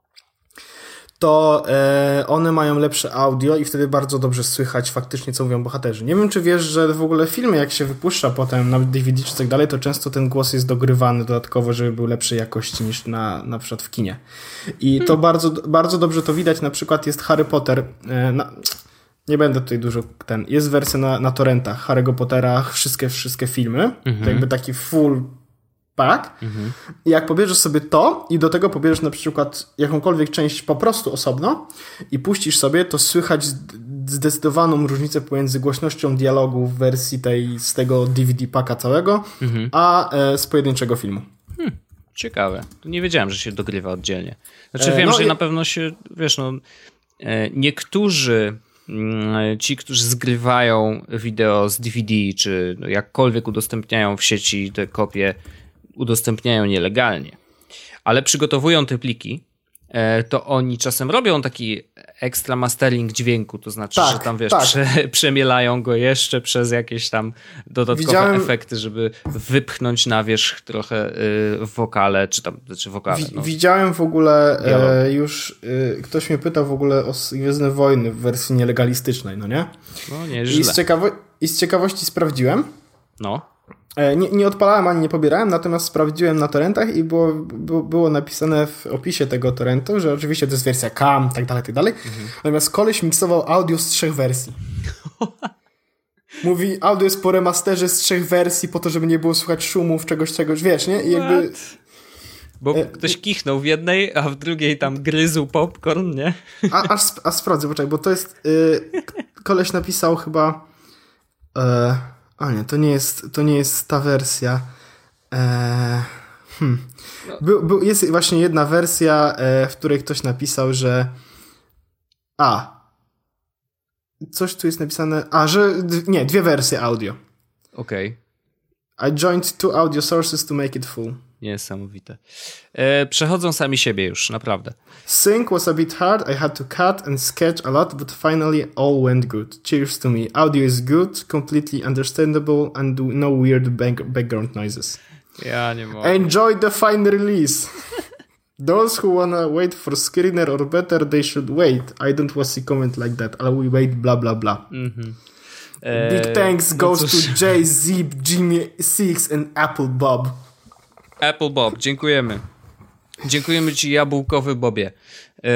to e, one mają lepsze audio i wtedy bardzo dobrze słychać faktycznie, co mówią bohaterzy. Nie wiem, czy wiesz, że w ogóle filmy, jak się wypuszcza potem na D V D czy tak dalej, to często ten głos jest dogrywany dodatkowo, żeby był lepszej jakości niż na, na przykład w kinie. I hmm. to bardzo, bardzo dobrze to widać. Na przykład jest Harry Potter... E, na, nie będę tutaj dużo ten... Jest wersja na, na torrentach Harry'ego Pottera, wszystkie, wszystkie filmy. Mhm. To jakby taki full pack. Mhm. I jak pobierzesz sobie to i do tego pobierzesz na przykład jakąkolwiek część po prostu osobno i puścisz sobie, to słychać zdecydowaną różnicę pomiędzy głośnością dialogu w wersji tej z tego D V D packa całego, mhm. a e, z pojedynczego filmu. Hmm. Ciekawe. Nie wiedziałem, że się dogrywa oddzielnie. Znaczy wiem, e, no że i... na pewno się, wiesz, no e, niektórzy ci, którzy zgrywają wideo z D V D, czy jakkolwiek udostępniają w sieci te kopie, udostępniają nielegalnie. Ale przygotowują te pliki, to oni czasem robią taki ekstra mastering dźwięku, to znaczy, tak, że tam wiesz, tak. prze, przemielają go jeszcze przez jakieś tam dodatkowe Widziałem... efekty, żeby wypchnąć na wierzch trochę y, wokale, czy tam, czy wokale. No. Widziałem w ogóle e, już, y, ktoś mnie pytał w ogóle o Gwiezdne Wojny w wersji nielegalistycznej, no nie? No nie, I z, ciekawo- I z ciekawości sprawdziłem. No. Nie, nie odpalałem ani nie pobierałem, natomiast sprawdziłem na torrentach i było, było, było napisane w opisie tego torrentu, że oczywiście to jest wersja C A M, tak dalej, tak dalej. Mhm. Natomiast koleś miksował audio z trzech wersji. Mówi, audio jest po remasterze z trzech wersji, po to, żeby nie było słychać szumów, czegoś, czegoś, wiesz, nie? I jakby... Bo e, ktoś kichnął w jednej, a w drugiej tam gryzł popcorn, nie? A, aż, aż sprawdzę, poczekaj, bo to jest... Yy, koleś napisał chyba... Yy, A nie, to nie jest, to nie jest ta wersja. Eee, hmm. Był, był, jest właśnie jedna wersja, e, w której ktoś napisał, że a coś tu jest napisane, a że nie, dwie wersje audio. Okej. Okay. I joined two audio sources to make it full. Niesamowite. E, przechodzą sami siebie już, naprawdę. Sync was a bit hard. I had to cut and sketch a lot, but finally all went good. Cheers to me. Audio is good, completely understandable, and no weird back background noises. Ja nie mogę. Enjoy the fine release. Those who wanna wait for screener or better, they should wait. I don't want to comment like that. I will wait, blah, blah, blah. Mm-hmm. Big thanks no goes cóż. to Jay, Zip, Jimmy Six and Apple Bob. Apple Bob, dziękujemy. Dziękujemy ci, jabłkowy Bobie. Yy,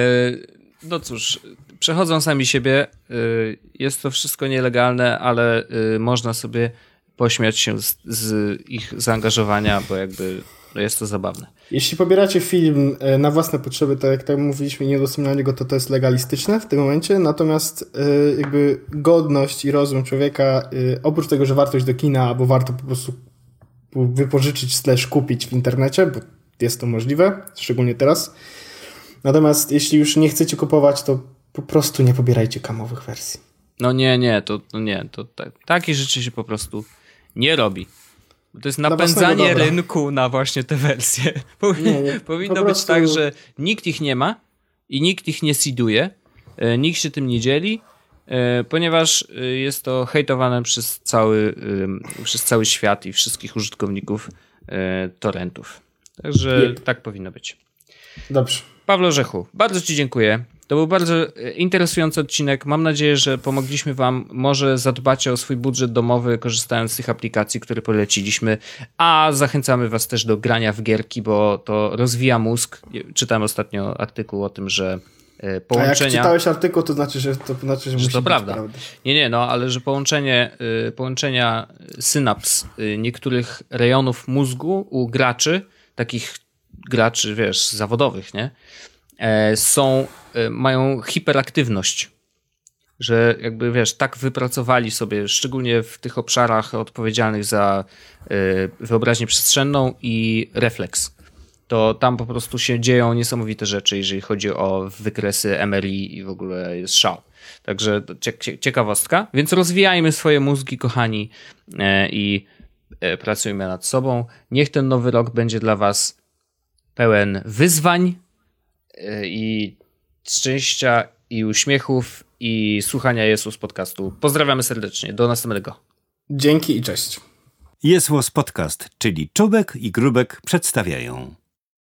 no cóż, przechodzą sami siebie. Yy, jest to wszystko nielegalne, ale yy, można sobie pośmiać się z, z ich zaangażowania, bo jakby jest to zabawne. Jeśli pobieracie film na własne potrzeby, tak jak tak mówiliśmy, nie udostępnianie go, to to jest legalistyczne w tym momencie, natomiast yy, jakby godność i rozum człowieka, yy, oprócz tego, że wartość do kina, bo warto po prostu wypożyczyć slash kupić w internecie, bo jest to możliwe, szczególnie teraz. Natomiast jeśli już nie chcecie kupować, to po prostu nie pobierajcie kamowych wersji. No nie, nie, to, to nie, to tak, takie rzeczy się po prostu nie robi. To jest napędzanie na rynku na właśnie te wersje. Nie, nie, Powinno po być prostu... tak, że nikt ich nie ma i nikt ich nie seeduje, nikt się tym nie dzieli, ponieważ jest to hejtowane przez cały, przez cały świat i wszystkich użytkowników torrentów. Także yep. tak powinno być. Dobrze. Pawle Orzechu, bardzo ci dziękuję. To był bardzo interesujący odcinek. Mam nadzieję, że pomogliśmy wam. Może zadbacie o swój budżet domowy, korzystając z tych aplikacji, które poleciliśmy. A zachęcamy was też do grania w gierki, bo to rozwija mózg. Czytałem ostatnio artykuł o tym, że połączenia... A jak czytałeś artykuł, to znaczy, że to, znaczy, że, że musi to być prawda. prawda. Nie, nie, no, ale że połączenie, połączenia synaps niektórych rejonów mózgu u graczy, takich graczy, wiesz, zawodowych, nie? Są, mają hiperaktywność, że jakby, wiesz, tak wypracowali sobie, szczególnie w tych obszarach odpowiedzialnych za wyobraźnię przestrzenną i refleks. To tam po prostu się dzieją niesamowite rzeczy, jeżeli chodzi o wykresy M R I i w ogóle jest szał. Także ciekawostka. Więc rozwijajmy swoje mózgi, kochani, i pracujmy nad sobą. Niech ten nowy rok będzie dla was pełen wyzwań i szczęścia i uśmiechów i słuchania Jesus podcastu. Pozdrawiamy serdecznie. Do następnego. Dzięki i cześć. Jesus Podcast, czyli Czubek i Grubek przedstawiają